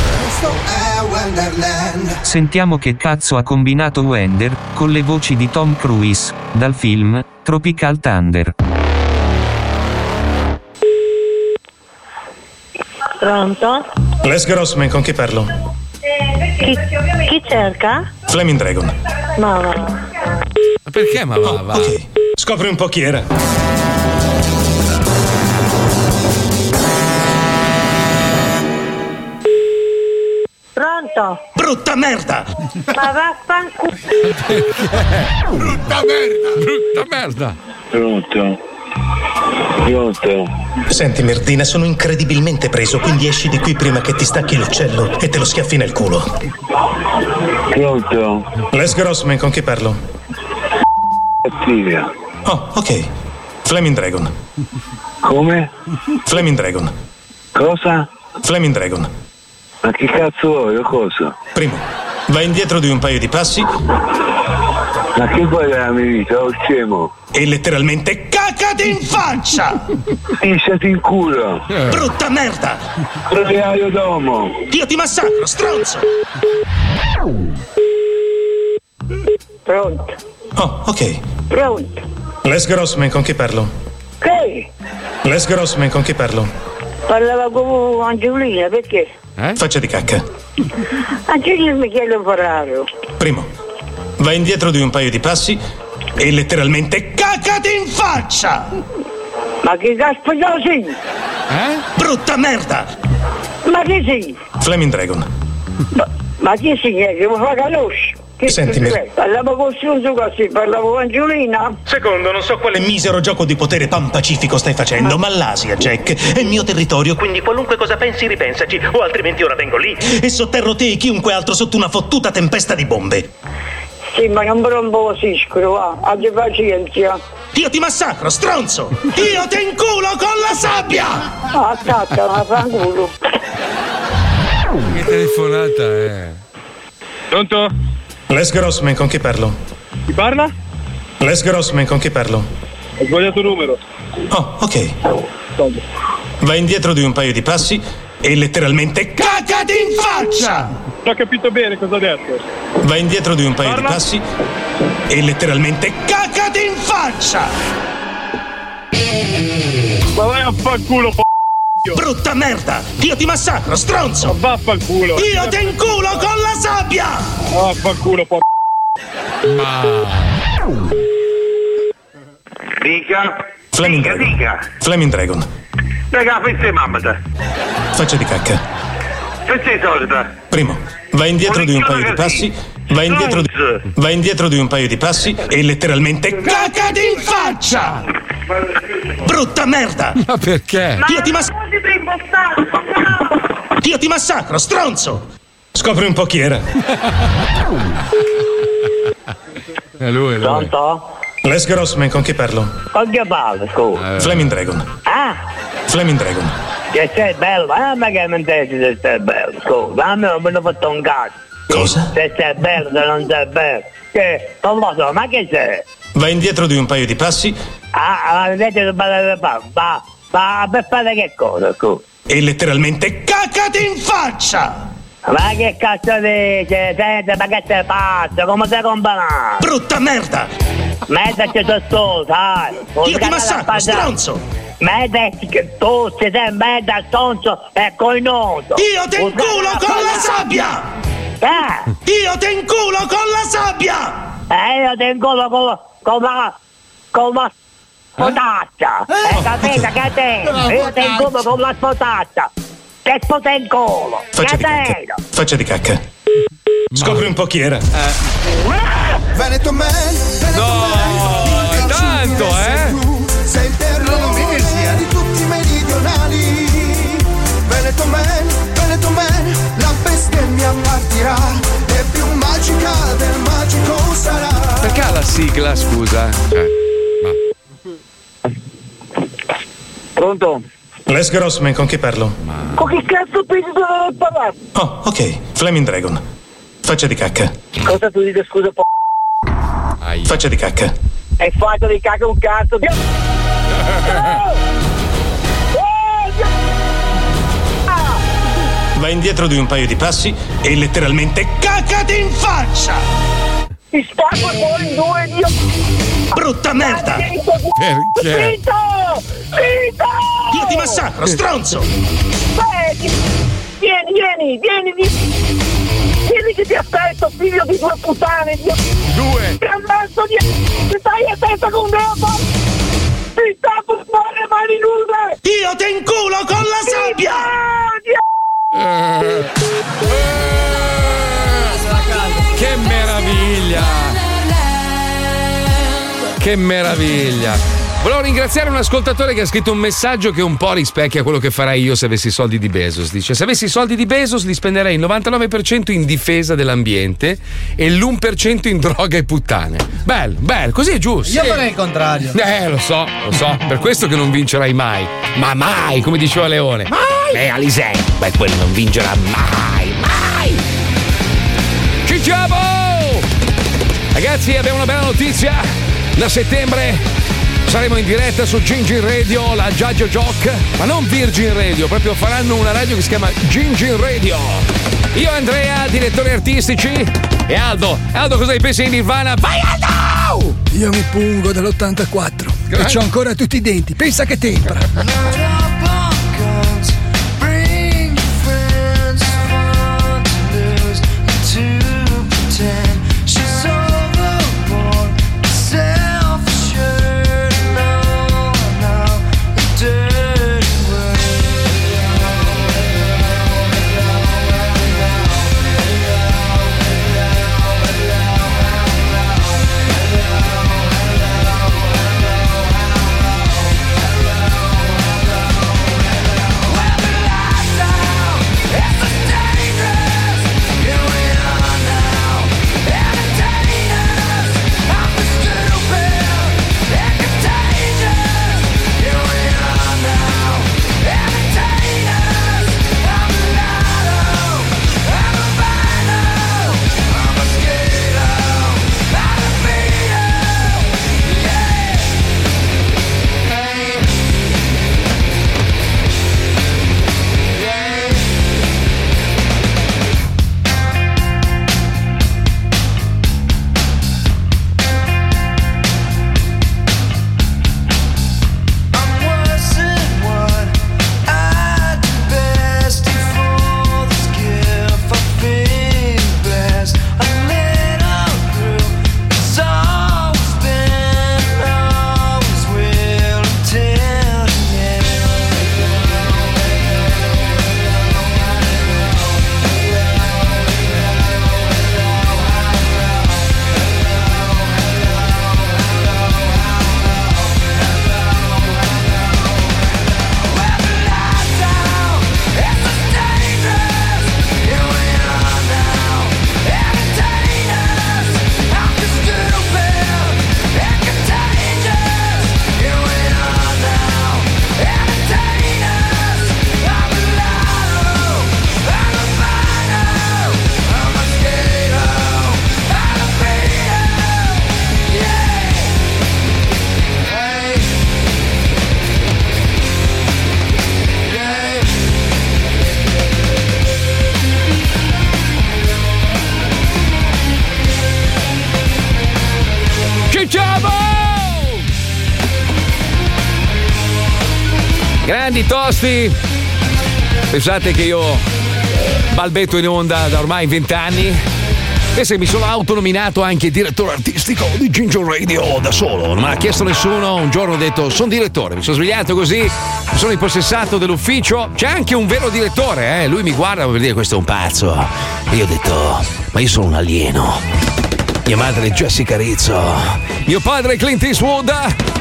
Sentiamo che cazzo ha combinato Wender con le voci di Tom Cruise dal film Tropical Thunder. Pronto? Les Grossman, con chi parlo? Chi, chi cerca? Flaming Dragon. No, no. Ma perché ma va, va? Ok, scopri un po' chi era. Pronto? Brutta merda! Ma vaffanculo! Brutta merda! Brutta merda! Pronto? Pronto? Senti, merdina, sono incredibilmente preso, quindi esci di qui prima che ti stacchi l'uccello e te lo schiaffi nel culo. Pronto? Les Grossman, con chi parlo? Attivia. Oh, ok. Flaming Dragon. Come? Flaming Dragon. Cosa? Flaming Dragon. Ma che cazzo vuoi o cosa? Primo, vai indietro di un paio di passi. Ma che vuoi dalla mia vita, oh scemo? E letteralmente cacati in faccia! Pisciati in culo! Brutta merda! Proleario d'uomo! Io ti massacro, stronzo! Pronto? Oh, ok. Pronto? Les Grossman, con chi parlo? Che? Les Grossman, con chi parlo? Parlava con Angiolina, perché? Eh? Faccia di cacca. Angiolina mi chiede un Ferraro. Primo, vai indietro di un paio di passi e letteralmente cacati in faccia! Ma che caspita sei? Eh? Brutta merda! Ma che sei? Flaming Dragon. Ma, ma chi sei? Che mi fa conoscere? Sentimi. Parlavo con Suso così, parlavo con Angiolina. Secondo, non so quale misero gioco di potere pan pacifico stai facendo, ma l'Asia, Jack, è il mio territorio, quindi qualunque cosa pensi ripensaci, o altrimenti ora vengo lì e sotterro te e chiunque altro sotto una fottuta tempesta di bombe. Sì, ma non mi rompo così, scuro, va, abbi pazienza. Io ti massacro, stronzo! Io ti inculo con la sabbia! Ah, cazzo, ma fanculo. Che telefonata è? Pronto? Les Grossman, con chi parlo? Chi parla? Les Grossman, con chi parlo? Ho sbagliato numero. Oh, ok. Vai indietro di un paio di passi e letteralmente cacati in faccia! Non ho capito bene cosa ha detto. Vai indietro di un paio Parla? di passi e letteralmente cacati in faccia! Ma vai a fanculo, po'. Brutta merda! Io ti massacro, stronzo! Ma vaffanculo! Io ti inculo con la sabbia! Vaffanculo, po'. Ma... Dica. Flaming dica, Dragon. dica. Flaming Dragon. Raga, fai mamma. Faccia di cacca. Fai solita. Primo, vai indietro di un paio di passi. Vai indietro di, vai indietro di un paio di passi e letteralmente cacati in faccia! Brutta merda! Ma perché? Io ti massacro! Io ti massacro, stronzo! Scopri un po' chi era. È lui, è lui. Pronto? Les Grossman, con chi parlo? Con che parlo, scusa? Flaming Dragon. Ah? Flaming Dragon. Che sei bello, ma ma che non sei se sei bello, scusa, a me non mi hanno fatto un cazzo. Cosa? Se sei bello, se non sei bello. Che, non lo so, ma che sei? Vai indietro di un paio di passi. Ah, vedete che parlare fa, ma, ma per fare che cosa, scusa? E letteralmente cacati in faccia! Ma che cazzo dici? Senti, ma che sei pazzo? Come sei combinato? Brutta merda! Mettaci sotto, sai? Io ti massacro, stronzo! Mettaci che tu ci sei mezza stronzo e coinoso! Io ti inculo con la sabbia! Eh? Io ti inculo con la sabbia! Eh, io ti inculo con, con la... con la spotaccia! Eh? Hai capito che te? Io ti inculo con la spotaccia! Che sputa in culo! Faccia di Che cacca. te? Faccia di cacca. Scopri un po' chi era. Veneto Man, Veneto Man, tanto, eh? sei il terrore di tutti i meridionali. Veneto Man, Veneto Man, la bestemmia partirà e più magica del magico sarà. Perché ha la sigla, scusa? Cioè, ma... Pronto? Les Grossman, con chi parlo? Con chi cazzo pensi di parlare? Oh, ok. Flaming Dragon. Faccia di cacca. Cosa tu dici, scusa, po'? Faccia di cacca. Hai fatto di cacca un cazzo? Vai indietro di un paio di passi e letteralmente cacati in faccia! Ti spacco fuori in due, Dio! Brutta merda! Perché? Zitto! Zitto! Io ti massacro, stronzo! Beh, ti- vieni, vieni, vieni, vieni! Vieni che ti aspetto, figlio di due puttane! Dio. Due! Ti ammazzo di... Ti stai a testa con me! Ti tappo fuori le mani nude! Io ti inculo con la sabbia! Eh. Che meraviglia! Che meraviglia! Volevo ringraziare un ascoltatore che ha scritto un messaggio che un po' rispecchia quello che farei io se avessi i soldi di Bezos. Dice: se avessi i soldi di Bezos li spenderei il novantanove per cento in difesa dell'ambiente e l'uno per cento in droga e puttane. Bello, bello, così è giusto. Io farei il contrario. Eh, lo so, lo so, per questo che non vincerai mai. Ma mai, come diceva Leone. Mai! Eh, Alisei, beh, quello non vincerà mai, mai! Ci siamo! Ragazzi, abbiamo una bella notizia. Da settembre saremo in diretta su Gingin Radio, la Giaggio Jock, ma non Virgin Radio, proprio faranno una radio che si chiama Gingin Radio. Io, Andrea, direttori artistici, e Aldo. Aldo, cosa ne pensi di Nirvana? Vai, Aldo! Io mi pungo dall'ottantaquattro e c'ho ancora tutti i denti, pensa che tempra. Grandi tosti. Pensate che io balbetto in onda da ormai vent'anni. Pensa che mi sono autonominato anche direttore artistico di Gingin Radio da solo, non me l'ha chiesto nessuno. Un giorno ho detto sono direttore, mi sono svegliato così, mi sono impossessato dell'ufficio. C'è anche un vero direttore, eh? Lui mi guarda per dire questo è un pazzo. E io ho detto ma io sono un alieno. Mia madre è Jessica Rizzo, mio padre è Clint Eastwood.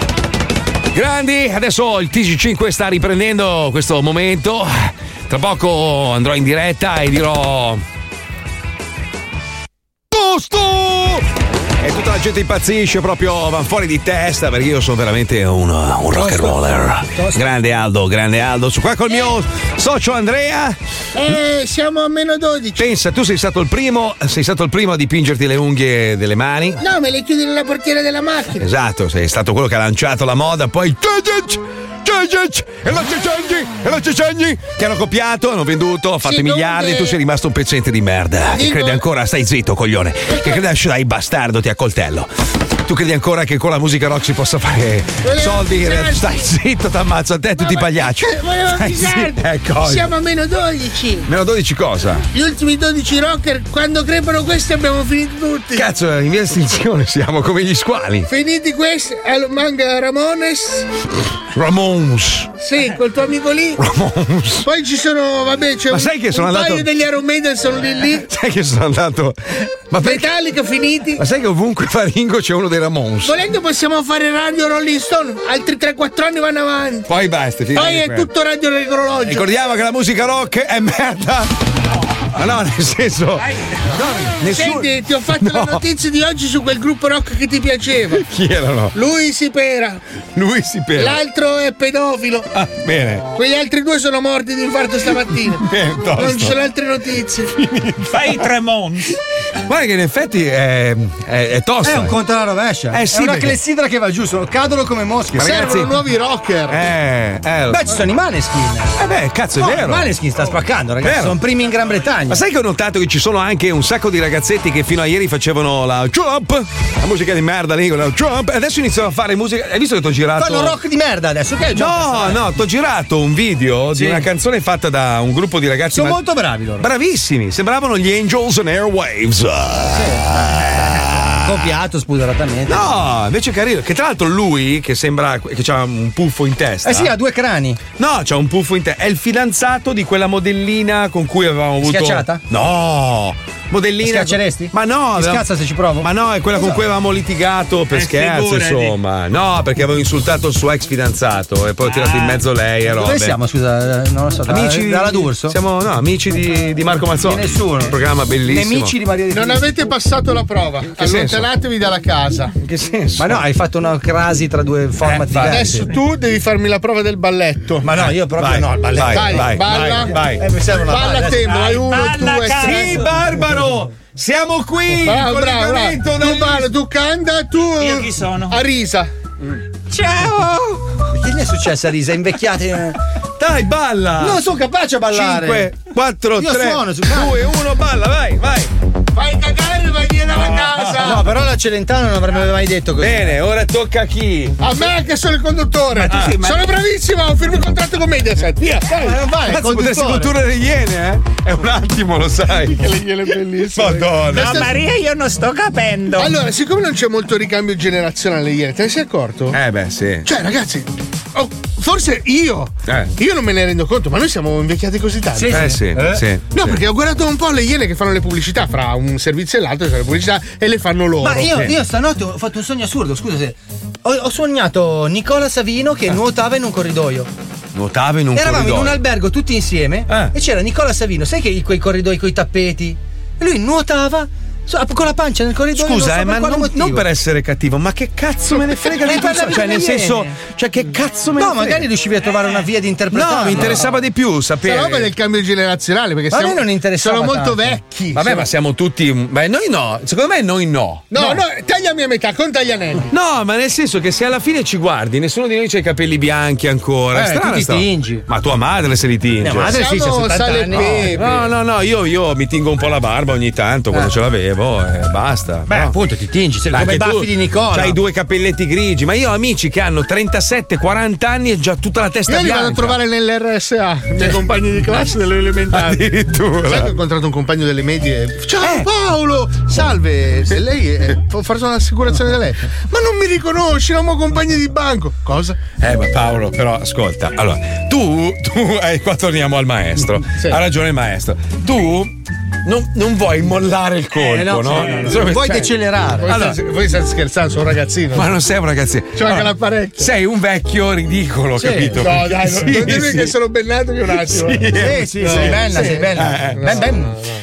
Grandi, adesso il T G cinque sta riprendendo questo momento. Tra poco andrò in diretta e dirò Tosto! E tutta la gente impazzisce, proprio van fuori di testa, perché io sono veramente un, un rock and roller. Grande Aldo, grande Aldo. Su qua col mio socio Andrea. Eh, siamo a meno dodici. Pensa, tu sei stato il primo, sei stato il primo a dipingerti le unghie delle mani. No, me le chiudi nella portiera della macchina. Esatto, sei stato quello che ha lanciato la moda, poi e la Cecegni e la Cecegni che hanno copiato, hanno venduto, hanno fatto Sì, i miliardi, comunque- tu sei rimasto un pezzente di merda. Che Dico- crede ancora, stai zitto, coglione. Che crede, dai, bastardo, ti accoltello. Tu credi ancora che con la musica rock si possa fare Volevo soldi? avvisarti. Stai zitto, t'ammazzo a te, tutti i pagliacci. Volevo Stai avvisarti. zitto, ecco. Siamo a meno dodici. Meno dodici cosa? Gli ultimi dodici rocker, quando crepano questi abbiamo finito tutti. Cazzo, in via estinzione siamo come gli squali. Finiti questi, allora, manca Ramones. Ramones. Sì, col tuo amico lì. Ramones. Poi ci sono, vabbè, c'è Ma un, sai che sono un andato- paio degli Iron Maiden sono lì lì. Sai che sono andato. Ma perché? Metallica finiti. Ma sai che ovunque Faringo c'è uno dei Ramones? Volendo possiamo fare radio Rolling Stone, altri tre quattro anni vanno avanti. Poi basta. ti Poi dico è quello. tutto radio necrologio. Ricordiamo che la musica rock è merda. Ma no, nel senso. No, nessuno. Senti, ti ho fatto No. la notizia di oggi su quel gruppo rock che ti piaceva. Chi erano? Lui si pera. Lui si pera. L'altro è pedofilo. Ah, bene. Quegli altri due sono morti di infarto stamattina. Bene, tosto. Non ci sono altre notizie. Fai i Tremons. Guarda che in effetti è, è, è tosta. È un conto alla rovescia. Eh sì, è una perché- clessidra che va giù, sono- cadono come mosche. Ma ragazzi- Servono nuovi rocker. Eh, eh. Beh, ci sono i Maneskin. Eh beh, cazzo, è No, vero. i Maneskin sta spaccando, ragazzi. Vero. Sono primi in Gran Bretagna. Ma sai che ho notato che ci sono anche un sacco di ragazzetti che fino a ieri facevano la jump, la musica di merda lì, la jump, e adesso iniziano a fare musica. Hai visto che ti ho girato? Fanno rock di merda adesso, che è No, no, ti ho girato un video Sì. di una canzone fatta da un gruppo di ragazzi. Sono ma- molto bravi loro. Bravissimi, sembravano gli Angels and Airwaves. Copiato spudoratamente. No, invece è carino. Che tra l'altro lui, che sembra che ha un puffo in testa. Eh sì, ha due crani. No, c'ha un puffo in testa. È il fidanzato di quella modellina con cui avevamo avuto. Schiacciata? No! Modellina. Schiacceresti? Ma no, Mi aveva- scazza se ci provo? Ma no, è quella con cui avevamo litigato per Eh, scherzo, figurati. insomma. No, perché avevo insultato il suo ex fidanzato e poi ho tirato in mezzo lei e robe. Dove siamo, scusa? Non lo so. da- Amici dalla D'Urso? Siamo no, amici di, di Marco Mazzoni. Di nessuno. Un programma bellissimo. Nemici di Maria di Non Cristo. avete passato la prova. senso? Allontanatevi dalla casa. In che senso? Ma no, hai fatto una crasi tra due format diversi. Adesso tu devi farmi la prova del balletto. Ma no, io proprio Vai, no, il balletto. vai, Dai, vai, balla. vai, vai. Eh, mi serve una Balla balla. a tempo, vai uno, balla, due, cazzo. tre. Sì, Barbaro! Siamo qui! Bravo, in bravo, collegamento bravo. da Tu balla, tu canta, tu. Io chi sono? Arisa. Ciao! Che gli è successo a Risa? Invecchiate. Dai, balla! Non sono capace a ballare. cinque, quattro, Io tre, suono su- due, uno, balla, vai, vai! Fai cagare, vai via dalla casa. No, però la Celentano non avrebbe mai detto così. Bene, ora tocca a chi? A me che sono il conduttore. tu sei- ma- Sono bravissimo, ho firmato il contratto con Mediaset. Via, Ma dai. non vale, Cazzo, potresti conduttore. condurre le iene, eh? È un attimo, lo sai. Che le gliele bellissime. Madonna. No, Maria, io non sto capendo. Allora, siccome non c'è molto ricambio generazionale alle Iene, te ne sei accorto? Eh beh, sì. Cioè, ragazzi, oh, forse io. Eh. Io non me ne rendo conto, ma noi siamo invecchiati così tanto. Eh sì, sì. No, sì. perché ho guardato un po' le Iene che fanno le pubblicità fra un servizio e l'altro, c'è la pubblicità e le fanno loro. Ma io, Sì. io stanotte ho fatto un sogno assurdo, scusa se. Ho, ho sognato Nicola Savino che nuotava in un corridoio. Nuotava in un Eravamo corridoio. in un albergo tutti insieme Eh. e c'era Nicola Savino, sai che quei corridoi coi tappeti? E lui nuotava so- con la pancia nel corridoio. Scusa, non so eh, per ma quale non, motivo. non per essere cattivo, ma che cazzo me ne frega di Eh, tutto? parlavi Cioè, delle nel senso, Iene. cioè, che cazzo me ne No, frega? magari riuscivi a trovare una via di interpretare. No, mi interessava di più sapere. Questa roba del cambio generazionale, perché Ma a me siamo, non interessava sono molto tanto. vecchi. Vabbè, Sono- ma siamo tutti. Beh, noi no. Secondo me noi no. No, no, tagliami a metà, conta gli anelli. No, ma nel senso che se alla fine ci guardi, nessuno di noi c'ha i capelli bianchi ancora. Eh, È strana tu ti sta- tingi. Ma tua madre se li tinge. Mia madre sì, c'ha Siamo settanta sale e anni. pepe. No, no, no, io, io mi tingo un po' la barba ogni tanto quando Eh. ce l'avevo e basta. Beh, No. appunto, ti tingi, sei Dai, come i che tu baffi di Nicola. C'hai due capelletti grigi, ma io ho amici che hanno trentasette quaranta anni e già tutta la testa Io li bianca. vado a trovare nell'R S A, i miei compagni di classe delle elementari. Addirittura. Sai che ho incontrato un compagno delle medie? Ciao Eh. Paolo! Salve! Se lei è. Può fare un'assicurazione da lei? Ma non mi riconosci, eravamo compagni di banco. Cosa? Eh, ma Paolo, però ascolta, allora, tu, tu, eh, qua torniamo al maestro. Sì. Ha ragione il maestro. Tu non, non vuoi mollare il colpo, Eh, no? no, no, no, no. Cioè, Vuoi cioè, decelerare. Voi, Allora- state, voi state scherzando, sono un ragazzino. Ma non sei un ragazzino. C'ho anche l'apparecchio. Sei un vecchio ridicolo, Sì. capito? No, Perché- dai, non, non dirmi sì. che sono ben nato che un attimo. Sì, Sì, sì, No, sei bella, sì. sei bella. Eh, ben, ben. Eh,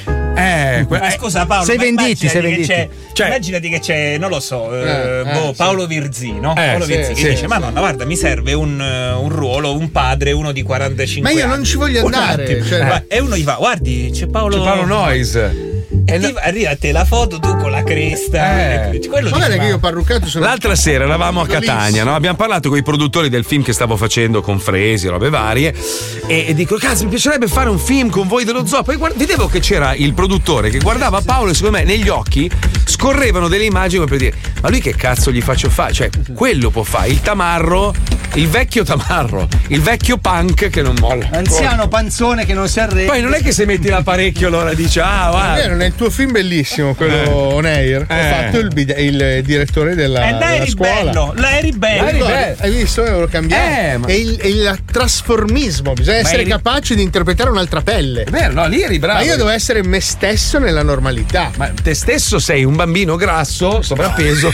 Eh, que- ma scusa Paolo, sei ma venditi, sei immaginati venditi. che c'è, Cioè- immaginati che c'è, non lo so, eh, Eh, boh, eh, Paolo Virzì, no? Eh, Paolo sì, Virzì che sì, dice: sì. Madonna, guarda, mi serve un, eh, un ruolo, un padre, uno di quarantacinque Ma io anni. non ci voglio Un andare, attimo. cioè- Ma- e uno gli fa: guardi, c'è Paolo, C'è Paolo Noyes. E ti arriva a te la foto tu con la cresta. Eh. Quello Ma dice, guarda che ma- io parruccato sono. L'altra sera eravamo a Bellissimo. Catania, no? Abbiamo parlato con i produttori del film che stavo facendo con Fresi, robe varie. E, e dico, cazzo, mi piacerebbe fare un film con voi dello zoo. Poi guard- vedevo che c'era il produttore che guardava Paolo e secondo me negli occhi scorrevano delle immagini come per dire: ma lui che cazzo gli faccio fare? Cioè, quello può fare il tamarro, il vecchio tamarro, il vecchio punk che non molla. Anziano panzone che non si arrende. Poi non è che se metti l'apparecchio allora dici, ah, guarda. Vero, nel tuo film bellissimo, quello Eh. On Air, Eh. ho fatto il, bide- il direttore della, Eh, dai, della eri scuola. bello, là eri bello. Hai Eri bello. Hai visto? Ero cambiato. Eh, ma- E il, e il trasformismo, bisogna essere eri- capaci di interpretare un'altra pelle. È vero, no, lì eri bravo. Ma io devo essere me stesso nella normalità. Ma te stesso sei un bambino grasso, sovrappeso.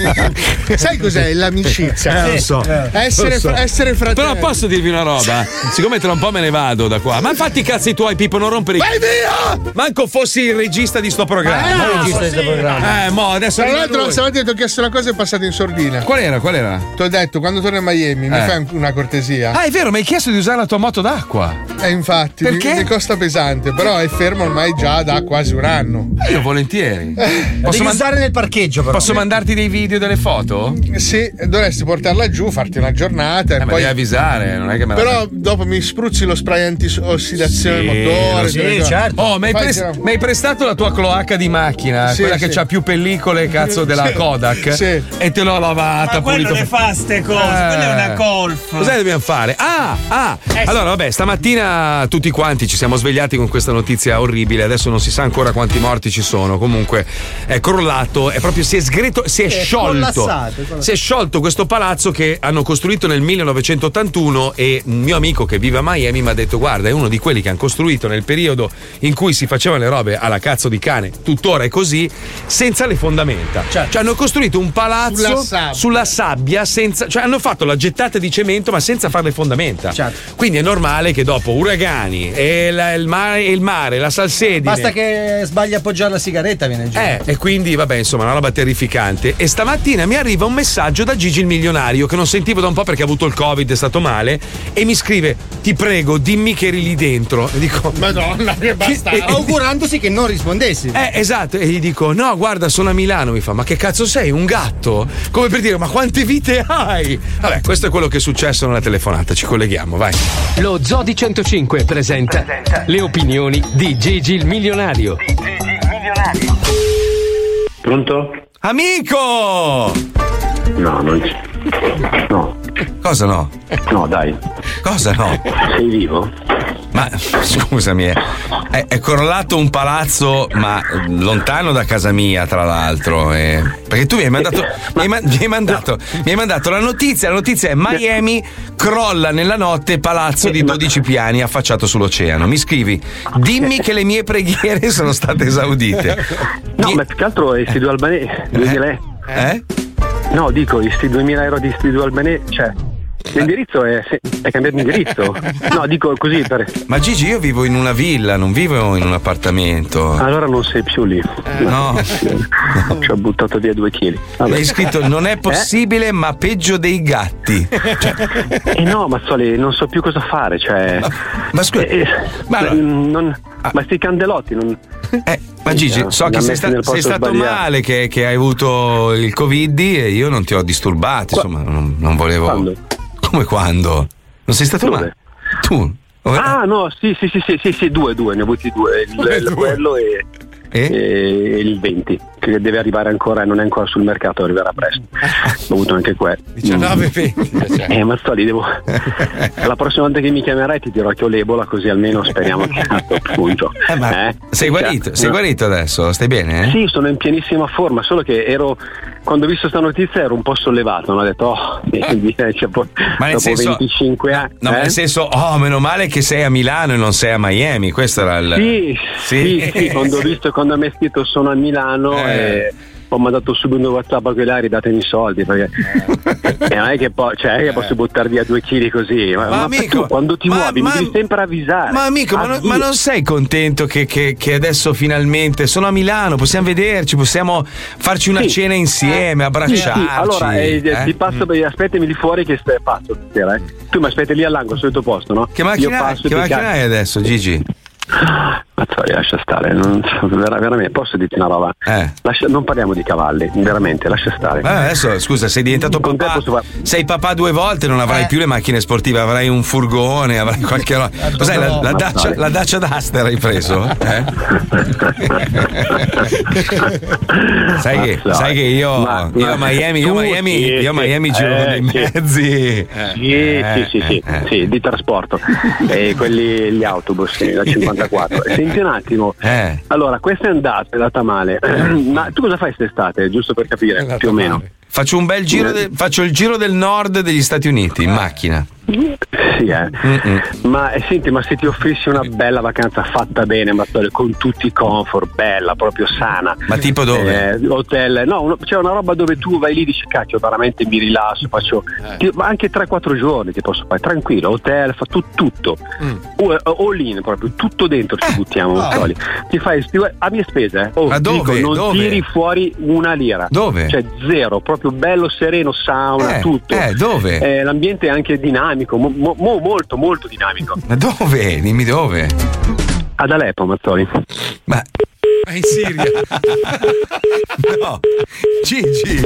Sai cos'è l'amicizia? Eh, lo so. Essere, Lo so. fra- essere fratelli. Però posso dirvi una roba? Siccome tra un po' me ne vado da qua, ma fatti i cazzi tuoi, Pippo, non rompere i. Vai via! Manco fossi il regista di sto programma. Ma no, il regista sì. di sto programma. Eh, mo, adesso Tra arriva l'altro, lui. stamattina ti ho chiesto una cosa e è passata in sordina. Qual era? Qual era? Ti ho detto, quando torni a Miami, mi Eh. fai una cortesia? Ah, è vero, mi hai chiesto di usare la tua moto d'acqua. Eh, infatti, Perché? Mi, mi costa pesante, però è fermo ormai già da quasi un anno. Io volentieri. Eh, Posso, Devi man- usare nel parcheggio, però. posso mandarti dei video, delle foto? Sì, dovresti portarla giù, farti una giornata e Eh, ma poi. devi avvisare, non è che me la. Però dopo mi spruzzi lo spray anti-ossidazione Sì, motore. sì, tutte le cose. certo. Oh, mi hai, Fai pres- tirare- mi hai prestato la tua cloaca di macchina, Sì, quella sì. che c'ha più pellicole cazzo della Sì. Kodak. Sì. E te l'ho lavata, Ma quello pulito. le fa ste cose, quella è una golf. Cos'è che dobbiamo fare? Ah, ah. Allora, vabbè, stamattina tutti quanti ci siamo svegliati con questa notizia orribile. Adesso non si sa ancora quanti morti ci sono. Comunque è crollato, è proprio si è sgreto, si è, È sciolto. collassato, è collassato. Si è sciolto questo palazzo che hanno costruito nel millenovecentottantuno e un mio amico che vive a Miami mi ha detto: guarda, è uno di quelli che hanno costruito nel periodo in cui si facevano le robe alla cazzo di cane, tuttora è così, senza le fondamenta. Certo. Cioè hanno costruito un palazzo Sulla sabbia. sulla sabbia senza, cioè hanno fatto la gettata di cemento ma senza fare le fondamenta. Certo. Quindi è normale che dopo uragani e la- il, mare, il mare, la salsedine. Basta che sbagli a appoggiare la sigaretta, viene giù. Eh, e quindi vabbè, insomma, una roba terrificante. E stamattina mi arriva un messaggio da Gigi il milionario che non sentivo da un po' perché ha avuto il Covid, è stato male, e mi scrive: ti prego, dimmi che eri lì dentro. E dico: Madonna, che bastardo. e- Augurandosi che non rispondessi. eh, esatto, e gli dico: no, guarda, sono a Milano. Mi fa: ma che cazzo sei? Un gatto? Come per dire, ma quante vite hai? Vabbè, questo è quello che è successo nella telefonata. Ci colleghiamo, vai. Lo Zoo di centocinque presenta le opinioni di Gigi il milionario. Pronto? Amico! No, non c'è. No. Cosa no? No, dai. Cosa no? Sei vivo? Ma scusami, è, è- è crollato un palazzo, ma lontano da casa mia, tra l'altro. eh. Perché tu mi hai mandato, mi hai, ma- mi hai mandato, mi hai mandato la notizia. La notizia è: Miami crolla nella notte palazzo di dodici piani affacciato sull'oceano. Mi scrivi: dimmi che le mie preghiere sono state esaudite. No, ma più che altro è sti due albanesi. duemila Eh? No, dico, sti duemila euro di sti due albanesi. Cioè, l'indirizzo è, è cambiato indirizzo. No, dico così per. Ma Gigi, io vivo in una villa, non vivo in un appartamento. Allora non sei più lì. No. Ci ho buttato via due chili. Mi hai scritto: non è possibile, ma peggio dei gatti. Eh no, ma Soli, non so più cosa fare, cioè. Ma scusa, eh, ma ma, non, ma sti candelotti non. Eh, ma Gigi, so li che ha sei, messi sta- nel sei posto stato sbagliato. male, che, che hai avuto il Covid e io non ti ho disturbato, insomma, non, non volevo. Quando? Come quando? Non sei stato Dove? male? Tu? Ah no, sì, sì, sì, sì, sì, sì, due, due, ne ho avuti due, il, Come il- due? quello e, Eh? e il venti, che deve arrivare ancora, non è ancora sul mercato, arriverà presto. Ho avuto anche quello. diciannove venti. Cioè. Eh, ma sto lì, devo. La prossima volta che mi chiamerai ti dirò che ho l'Ebola, così almeno speriamo che a questo punto. Eh, ma Eh? sei guarito? Sei No. guarito adesso? Stai bene? Eh? Sì, sono in pienissima forma, solo che ero. Quando ho visto sta notizia ero un po' sollevato, no? Ho detto, oh, cioè, poi, Ma nel dopo senso- venticinque anni. No, eh? nel senso, oh, meno male che sei a Milano e non sei a Miami. Questo era il. Sì, sì, sì, quando ho visto, quando mi ha scritto sono a Milano Eh. e, ho mandato subito un WhatsApp a quell'aria, datemi i soldi, perché eh, non è che, po- cioè, è che posso buttare via due chili così. Ma, Ma ma amico, tu, quando ti ma- muovi ma- mi devi sempre avvisare. Ma amico, ma, non, ma Avvisa. non sei contento che, che- che adesso finalmente sono a Milano, possiamo vederci, possiamo farci una Sì. cena insieme, abbracciarci? Sì, sì. Allora, eh, eh? ti passo, aspettami lì fuori che stai fatto stasera, eh. Tu mi aspetti lì all'angolo, al solito posto, no? Che macchina, Io passo che e ti macchina cazzo. hai adesso, Gigi? Ma sorry, lascia stare, non, ver- veramente, posso dirti una roba? Lascia- non parliamo di cavalli, veramente, lascia stare. Eh, adesso scusa, sei diventato Con te papà, posso fare- sei papà due volte, non avrai Eh. più le macchine sportive, avrai un furgone, avrai qualche roba. Cos'è la, la, Ma Dacia, sorry. la Dacia Duster hai preso? Eh? sai, che, Ma sai che io, ma- io a ma- Miami, io a tu- Miami, sì, io a sì, Miami giro con eh, dei sì. mezzi. Sì, Eh, sì, sì, sì, eh, sì, di trasporto. E quelli, gli autobus, sì, da cinquantaquattro. Senti un attimo. Allora, questa è andata, è andata male. Ma tu cosa fai quest'estate? Giusto per capire, più o meno. Faccio un bel giro, de- faccio il giro del nord degli Stati Uniti in macchina. Sì, eh. Ma eh, senti, ma se ti offrissi una bella vacanza fatta bene, ma con tutti i comfort, bella, proprio sana. Ma tipo dove? Eh, hotel, no, uno- c'è una roba dove tu vai lì e dici cacchio, veramente mi rilasso, faccio ti- ma anche tre quattro giorni ti posso fare, tranquillo, hotel, fa tu- tutto. O- all in proprio, tutto dentro ci buttiamo, non so lì. Ti fai sti- a mie spese, eh. Oh, Ma ti dove? dico, non Dove? tiri fuori una lira. Dove? Cioè zero, proprio bello, sereno, sauna, Eh, tutto. eh, dove? Eh, l'ambiente è anche dinamico, mo- mo- mo- molto, molto dinamico. Ma dove? Dimmi dove? Ad Aleppo, Mazzoli. Ma Ma in Siria? No, Gigi.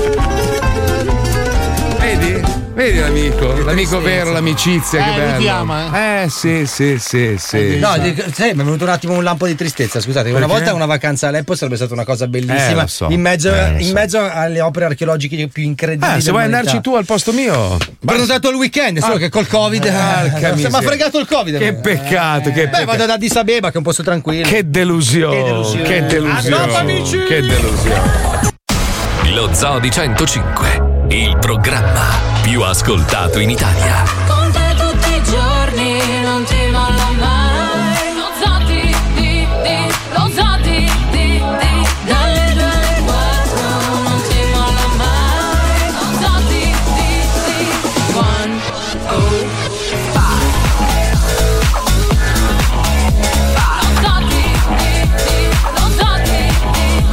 Vedi? Vedi l'amico, l'amico vero, l'amicizia, Eh, che lui bello. ti ama, eh? sì, sì, sì, sì. No, dico- sai, mi è venuto un attimo un lampo di tristezza. Scusate, una Perché? volta una vacanza a Aleppo sarebbe stata una cosa bellissima. Eh, lo so. in, mezzo, Eh, lo in so. mezzo alle opere archeologiche più incredibili. Ah, se vuoi dell'umanità. andarci tu al posto mio. Ho prenotato il weekend, solo Ah. che col Covid. Porca eh, mi ha miseria. fregato il Covid. Che peccato, che Beh, peccato. vado ad Addis Abeba, che è un posto tranquillo. Che delusione. Che delusione. Che delusione. A dopo, amici. Che delusione. Lo Zoo di centocinque, il programma più ascoltato in Italia. Con te tutti i giorni, non ti molla mai. Lo Zoo di, di, di, lo Zoo di, di, di. Dalle due alle quattro, non ti molla mai. Lo Zoo di, di, di. One, oh, five. Lo Zoo di, di, di, lo Zoo di, di, di.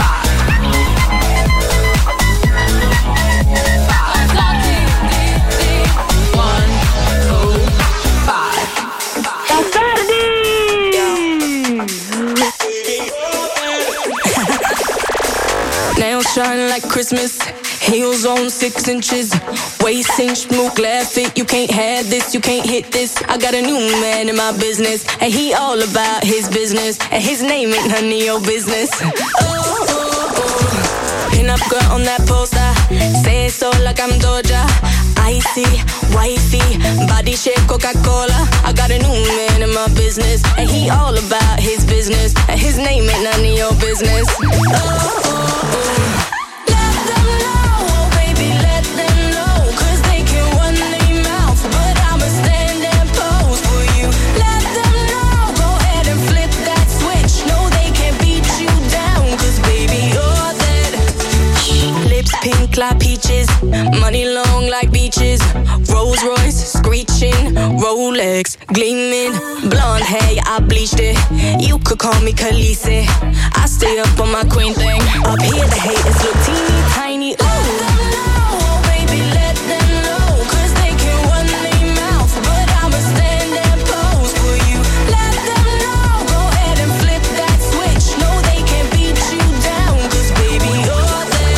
Nails shine like Christmas, heels on six inches, waist inch, smooth, glad fit. You can't have this, you can't hit this. I got a new man in my business, and he all about his business, and his name ain't none of your business. Oh, oh, oh. Pin up girl on that poster, say it so like I'm Doja. Icy, wifey, body shape Coca-Cola. I got a new man in my business, and he all about his business, and his name ain't none of your business. Oh, oh, oh. Let them know, oh baby, let them know, 'cause they can run their mouth, but I'ma stand and pose for you. Let them know, go ahead and flip that switch. No, they can't beat you down, 'cause baby, you're that. Lips pink like peaches, money long like beaches, Rolls Royce screeching, Rolex gleaming, blonde hair, I bleached it. You could call me Khaleesi. I stay up on my queen thing. Up here the haters look teeny tiny. Ooh. Oh, baby, let them know, 'cause they can run their mouth, but I'ma stand and pose for you. Let them know, go ahead and flip that switch. No, they can't beat you down, 'cause baby, you're that.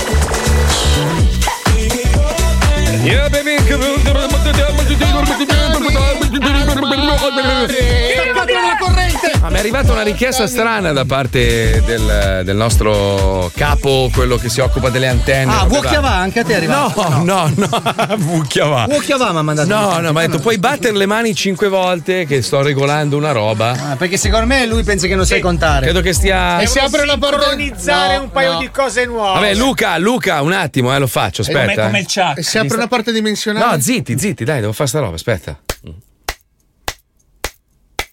Yeah, baby. Ah, mi è arrivata una richiesta strana da parte del, del nostro capo, quello che si occupa delle antenne. Ah, robe Vuocchiavà, varie. anche a te è arrivato? No, no, no, Vuocchiavà. Vuocchiavà mi ha mandato. No, no, mi ha detto puoi battere le mani cinque volte che sto regolando una roba. Ah, perché secondo me lui pensa che non sai contare. Credo che stia. E si apre la sincronizzare No, un paio no. di cose nuove. Vabbè, Luca, Luca, un attimo, eh, lo faccio, aspetta. Come- come eh. il chat. E si apre una parte dimensionale. No, zitti, zitti, dai, devo fare sta roba, aspetta.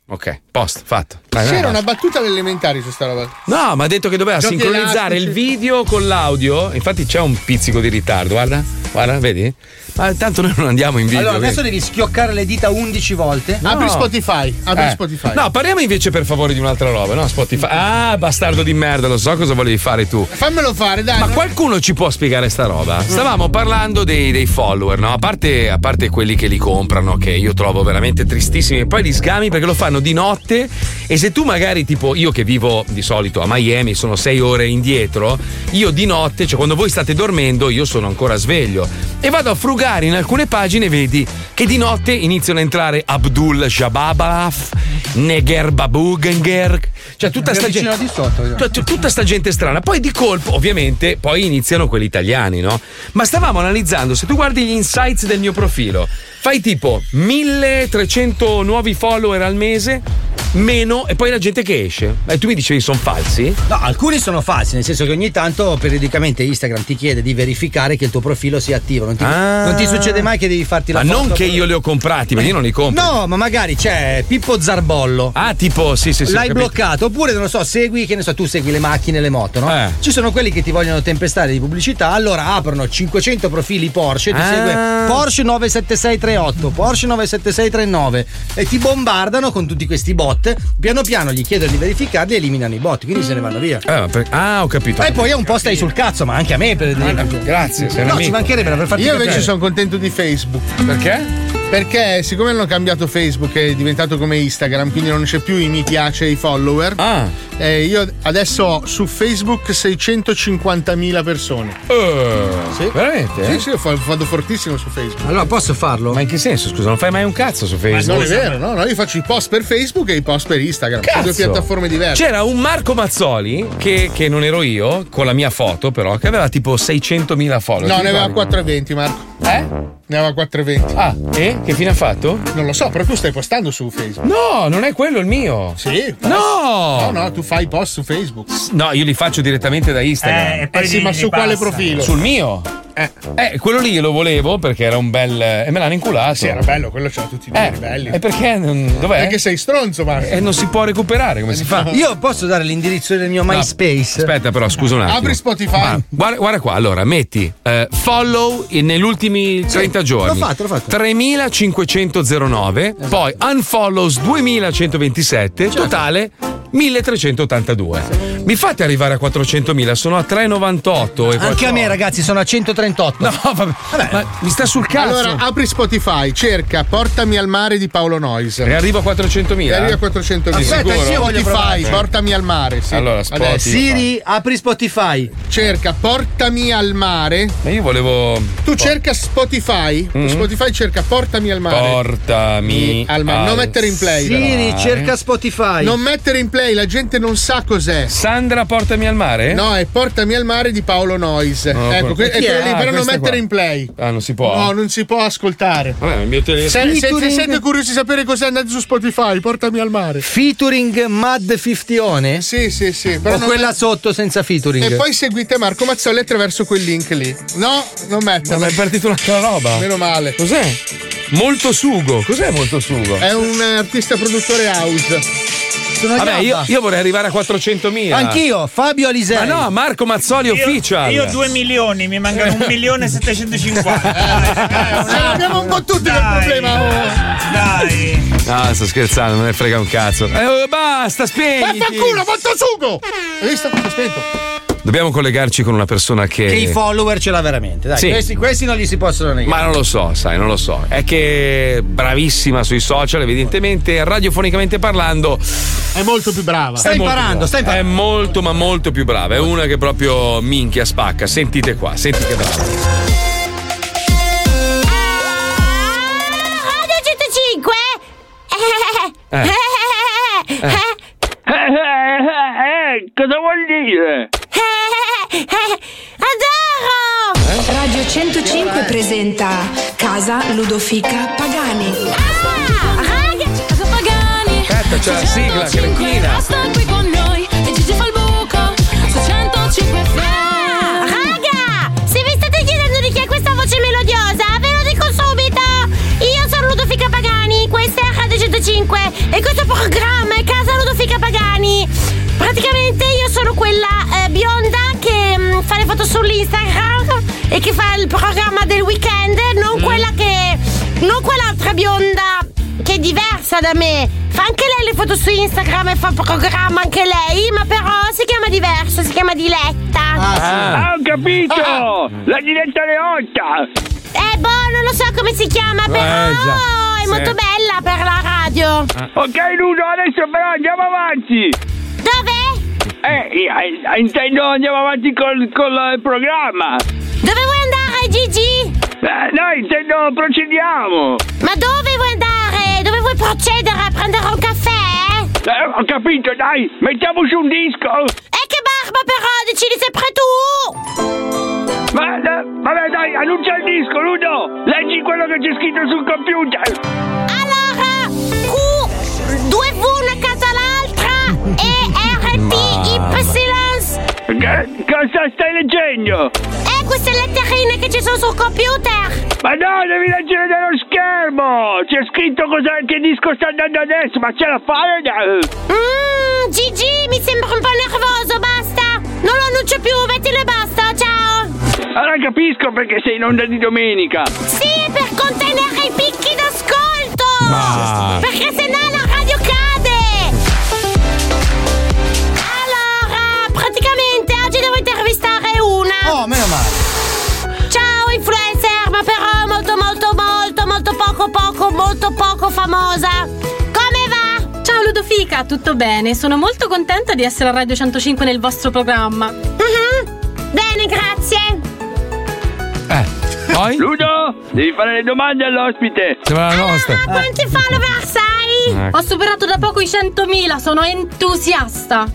Ok, post, fatto. Vai, vai, C'era vai. una battuta alle elementari su sta roba. No, ma ha detto che doveva Giochi sincronizzare elastici. il video con l'audio. Infatti c'è un pizzico di ritardo, guarda. Guarda, vedi? Ma tanto noi non andiamo in video. Allora, adesso vedi? devi schioccare le dita undici volte. No. Apri Spotify, apri Eh. Spotify. No, parliamo invece per favore di un'altra roba, no? Spotify. Ah, bastardo di merda, lo so cosa volevi fare tu. Fammelo fare, dai. Ma non- qualcuno ci può spiegare sta roba? Stavamo parlando dei, dei follower, no? A parte, a parte quelli che li comprano, che io trovo veramente tristissimi, e poi li sgami perché lo fanno di notte. E se tu magari, tipo, io che vivo di solito a Miami, sono sei ore indietro, io di notte, cioè quando voi state dormendo, io sono ancora sveglio. E vado a frugare in alcune pagine, vedi che di notte iniziano a entrare Abdul Shababalaf, Neger Babugenger, cioè tutta sta Vicino gente. di sotto. Tut- Tutta sta gente strana. Poi di colpo, ovviamente, poi iniziano quelli italiani, no? Ma stavamo analizzando, se tu guardi gli insights del mio profilo, fai tipo milletrecento nuovi follower al mese, meno, e poi la gente che esce. E tu mi dicevi sono falsi? No, alcuni sono falsi, nel senso che ogni tanto periodicamente Instagram ti chiede di verificare che il tuo profilo sia attivo. Non ti, Ah. non ti succede mai che devi farti la Ma foto? non che io li ho comprati, perché io non li compro. No, ma magari c'è Pippo Zarbollo. Ah, tipo, sì, sì, sì. L'hai ho capito. bloccato, oppure non lo so, segui, che ne so, tu segui le macchine, le moto, no? Eh. Ci sono quelli che ti vogliono tempestare di pubblicità, allora aprono cinquecento profili Porsche, ti Ah. segue Porsche nove sette sei tre otto, Porsche nove sette sei tre nove e ti bombardano con tutti questi bot. Piano piano gli chiedono di verificarli e eliminano i bot, quindi se ne vanno via. Ah, per- ah, ho capito. E poi a un po' stai sul cazzo, ma anche a me per esempio. Grazie, sei un No, amico. ci mancherebbe per farti Io invece capire. sono contento di Facebook. Perché? Perché siccome hanno cambiato Facebook, è diventato come Instagram, quindi non c'è più i mi piace e i follower. Ah. Eh, io adesso ho su Facebook seicentocinquantamila persone. Sì? Veramente? Sì, sì, io fa- vado fortissimo su Facebook. Allora posso farlo? Ma in che senso? Scusa, non fai mai un cazzo su Ma Facebook? non è vero, no? no? Io faccio i post per Facebook e i post per Instagram. Sono due Cazzo! piattaforme diverse. C'era un Marco Mazzoli che, che non ero io, con la mia foto, però, che aveva tipo seicentomila follower. No, Ti ne aveva ricordi? quattrocentoventi, Marco. Eh? Ne aveva quattrocentoventi. Ah, e? Che fine ha fatto? Non lo so, però tu stai postando su Facebook. No, non è quello il mio. Sì. No! No, no, tu fai post su Facebook. No, io li faccio direttamente da Instagram. Eh, e poi Eh sì, li- ma li su quale passa. profilo? Sul mio. Eh. Eh, quello lì lo volevo perché era un bel. E me l'hanno inculato. Sì, era bello, quello c'era tutti i numeri Eh, belli. e perché? non- Dov'è? Perché sei stronzo, Marco. E non si può recuperare, come si fa? Io posso dare l'indirizzo del mio No, MySpace? Aspetta, però, scusa un attimo. Apri Spotify. Ah, guarda, guarda qua, allora metti eh, follow in- negli ultimi trenta giorni. l'ho fatto, l'ho fatto. tremilacinquecentonove, poi unfollows duemilacentoventisette, totale milletrecentottantadue. Mi fate arrivare a quattrocentomila, sono a trecentonovantotto. E Anche a me, ragazzi, sono a centotrentotto. No, vabbè. Ma mi sta sul cazzo. Allora, apri Spotify, cerca Portami al mare di Paolo Noiser. E arrivo a quattrocentomila? E arrivi a quattrocentomila. Aspetta, Sicuro? io voglio Spotify, provare. Portami al mare. Sì. Allora, Spotify. Adesso. Siri, apri Spotify. Cerca Portami al mare. Ma io volevo. Tu cerca Spotify. Mm. Spotify cerca Portami al mare. Portami al mare. Non mettere in play. Siri, però. cerca Spotify. Non mettere in play, la gente non sa cos'è. Sandra, portami al mare? No, è Portami al mare di Paolo Noise. No, ecco, que- chi è quello è? lì, Ah, però non questa mettere qua. in play. Ah, non si può. No, non si può ascoltare. Vabbè, il mio telefono. Se, se- se Featuring- siete curiosi di sapere cos'è, andate su Spotify, Portami al mare. Featuring Mad Fiftione? Sì, sì, sì. Però O non quella met- sotto senza featuring? E poi seguite Marco Mazzoli attraverso quel link lì. No, non metterlo. Ma è partita un'altra roba. Meno male. Cos'è? Molto sugo. Cos'è molto sugo? È un eh, artista produttore house. Sono Vabbè, io, Gabba. io vorrei arrivare a quattrocentomila. Anch'io, Fabio Alisei. Ma no, Marco Mazzoli official. Io due milioni, mi mancano un milione e settecentocinquanta. Ce l'abbiamo un po' tutti quel problema. oh. Dai. No, sto scherzando, non ne frega un cazzo. Eh, oh, basta, spegniti. Vaffanculo, molto sugo! Hai visto? Ho spento. Dobbiamo collegarci con una persona che. Che i follower ce l'ha veramente. Dai, Sì. questi, questi non gli si possono negare. Ma non lo so, sai, non lo so. È che è bravissima sui social, evidentemente, radiofonicamente parlando. È molto più brava. Stai è molto imparando, brava. stai imparando. È molto, ma molto più brava. È una che proprio minchia spacca. Sentite qua, senti che brava. Radio centocinque? Eh. Eh. Eh, cosa vuol dire? Adoro! Radio centocinque presenta Casa Ludofica Pagani. Ah, raga, Casa Pagani. Aspetta, c'è la sigla, cretina. Sta qui con noi e Gigi fa il buco su centocinque F M. Ah, raga, se vi state chiedendo di chi è questa voce melodiosa, ve lo dico subito. Io sono Ludofica Pagani, questa è Radio centocinque e questo programma praticamente io sono quella eh, bionda che mh, fa le foto sull'Instagram e che fa il programma del weekend, non Mm. quella che. non quell'altra bionda che è diversa da me. Fa anche lei le foto su Instagram e fa il programma anche lei, ma però si chiama diverso, si chiama Diletta. Ah, ho capito! La Diletta Leotta! Eh, boh, non lo so come si chiama, però Eh, già. è Sì. molto bella per la radio. Ok, Ludo, adesso però andiamo avanti! Dove? Eh, eh, intendo andiamo avanti col, col eh, programma! Dove vuoi andare, Gigi? Eh, no, intendo procediamo! Ma dove vuoi andare? Dove vuoi procedere? A prendere un caffè? Eh, ho capito, dai, mettiamo su un disco! E che barba però, decidi sempre tu! Ma, eh, vabbè, dai, annuncia il disco, Ludo! Leggi quello che c'è scritto sul computer! Allora, Q, due V una casa all'altra e R P Y. Che, cosa stai leggendo? Eh, queste letterine che ci sono sul computer! Ma no, devi leggere dallo schermo! C'è scritto cosa, che disco sta andando adesso, ma ce la fai? Mmm, Gigi, mi sembra un po' nervoso, basta! Non lo annuncio più, mettilo e basta, ciao! Allora capisco perché sei in onda di domenica! Sì, per contenere i picchi d'ascolto! Ma- Perché sennò la radio cade! Allora, praticamente oggi devo intervistare una! Oh, meno male! Ciao influencer, ma però molto molto molto molto poco poco molto poco famosa. Come va? Ciao Ludofica, tutto bene? Sono molto contenta di essere a Radio centocinque nel vostro programma. Mhm. Bene, grazie. Eh, poi? Ludo, devi fare le domande all'ospite! Sembra la nostra. Ah, quanti followers hai? Ho superato da poco i centomila, sono entusiasta.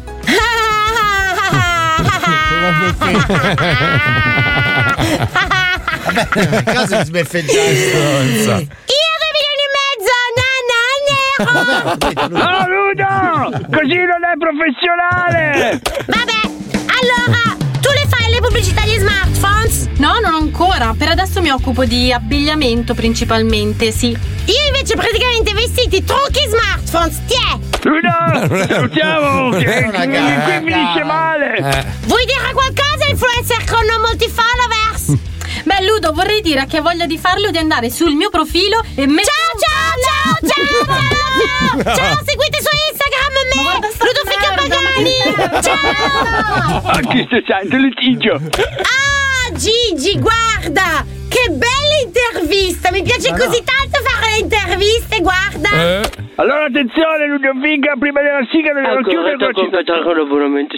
Vabbè, caso di sbeffeggiare. Io due milioni e mezzo, nanna, nero. No, Ludo! Così non è professionale! Vabbè, allora, tu le fai le pubblicità agli smartphones? No, non ancora. Per adesso mi occupo di abbigliamento principalmente, sì. Io invece praticamente vestiti, trucchi, smartphones, tiè! Ludo! Salutiamo! Che Una qui gara. finisce male! Vuoi dire qualcosa, influencer con non molti followers? Beh, Ludo, vorrei dire a chi ha voglia di farlo di andare sul mio profilo e mettere. Ciao, ciao, ciao, ciao, ciao! Ciao, seguite su Instagram me! Ludofica Pagani! Ciao! Ah, Cristo santo, litigio! Ah, Gigi, guarda! Che bella intervista! Mi piace così tanto fare le interviste, guarda! Eh? Allora attenzione, Ludovica, prima della sigla dobbiamo chiudere con veramente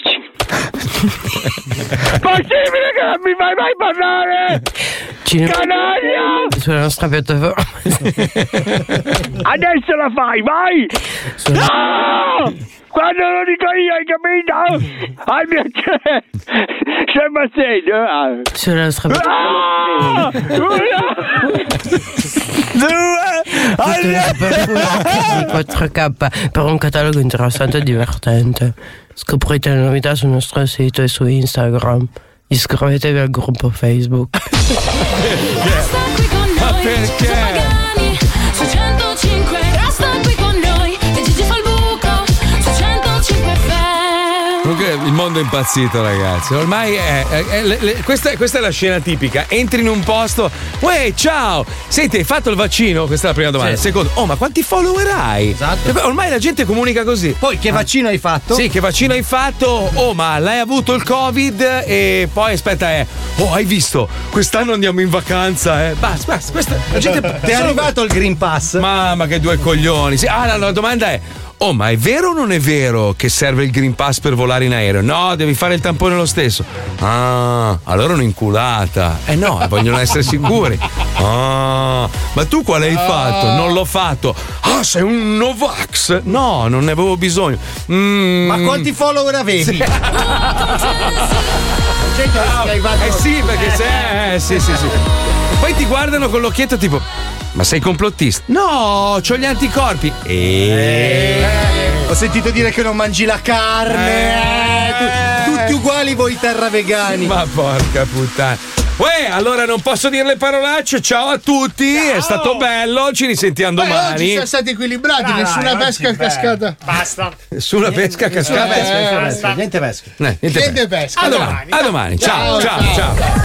possibile che non mi fai mai parlare? Canaglia! sulla nostra piattaforma. Adesso la fai, vai! No! Quando lo dico io, hai capito? Al mio sembra serio. Sulla nostra Ah! di quattro K per un catalogo interessante e divertente. Scoprite le novità sul nostro sito e su Instagram. Iscrivetevi al gruppo Facebook. Ma perché? Su centocinque, resta qui con noi e Gigi fa il buco su centocinque F M. Comunque il mondo è impazzito, ragazzi. Ormai è, è- è- le- le- questa, questa è la scena tipica. Entri in un posto, uè, ciao! Senti, hai fatto il vaccino? Questa è la prima domanda. Sì. Secondo, oh, ma quanti follower hai? Esatto. Cioè, ormai la gente comunica così. Poi, che vaccino hai fatto? Sì, che vaccino hai fatto? Oh, ma l'hai avuto il Covid? E poi aspetta, eh. Oh, hai visto? Quest'anno andiamo in vacanza, eh. Basta, basta. Questa, la gente Ti è arrivato il Green Pass? Mamma, che due coglioni. Sì, ah, la, la domanda è: oh, ma è vero o non è vero che serve il Green Pass per volare in aereo? No, devi fare il tampone lo stesso. Ah, allora un'inculata. Eh no, vogliono essere sicuri. Ah, ma tu quale hai fatto? Non l'ho fatto. Ah, sei un Novax? No, non ne avevo bisogno. Mm. Ma quanti follower avevi? Sì. Eh sì, perché sei. Eh, sì, sì, sì. Poi ti guardano con l'occhietto tipo. Ma sei complottista? No, c'ho gli anticorpi. E... Ho sentito dire che non mangi la carne. Eh, tu- tutti uguali voi terra vegani. Ma porca puttana. Uè, allora non posso dire le parolacce. Ciao a tutti, ciao. È stato bello. Ci risentiamo Beh, domani. oggi siamo stati equilibrati, Dai, nessuna dai, pesca cascata. Basta. Nessuna pesca cascata. Niente pesca. Niente pesca. Eh, niente Niente pesca. pesca. A domani. A domani. Ciao, ciao, ciao. ciao.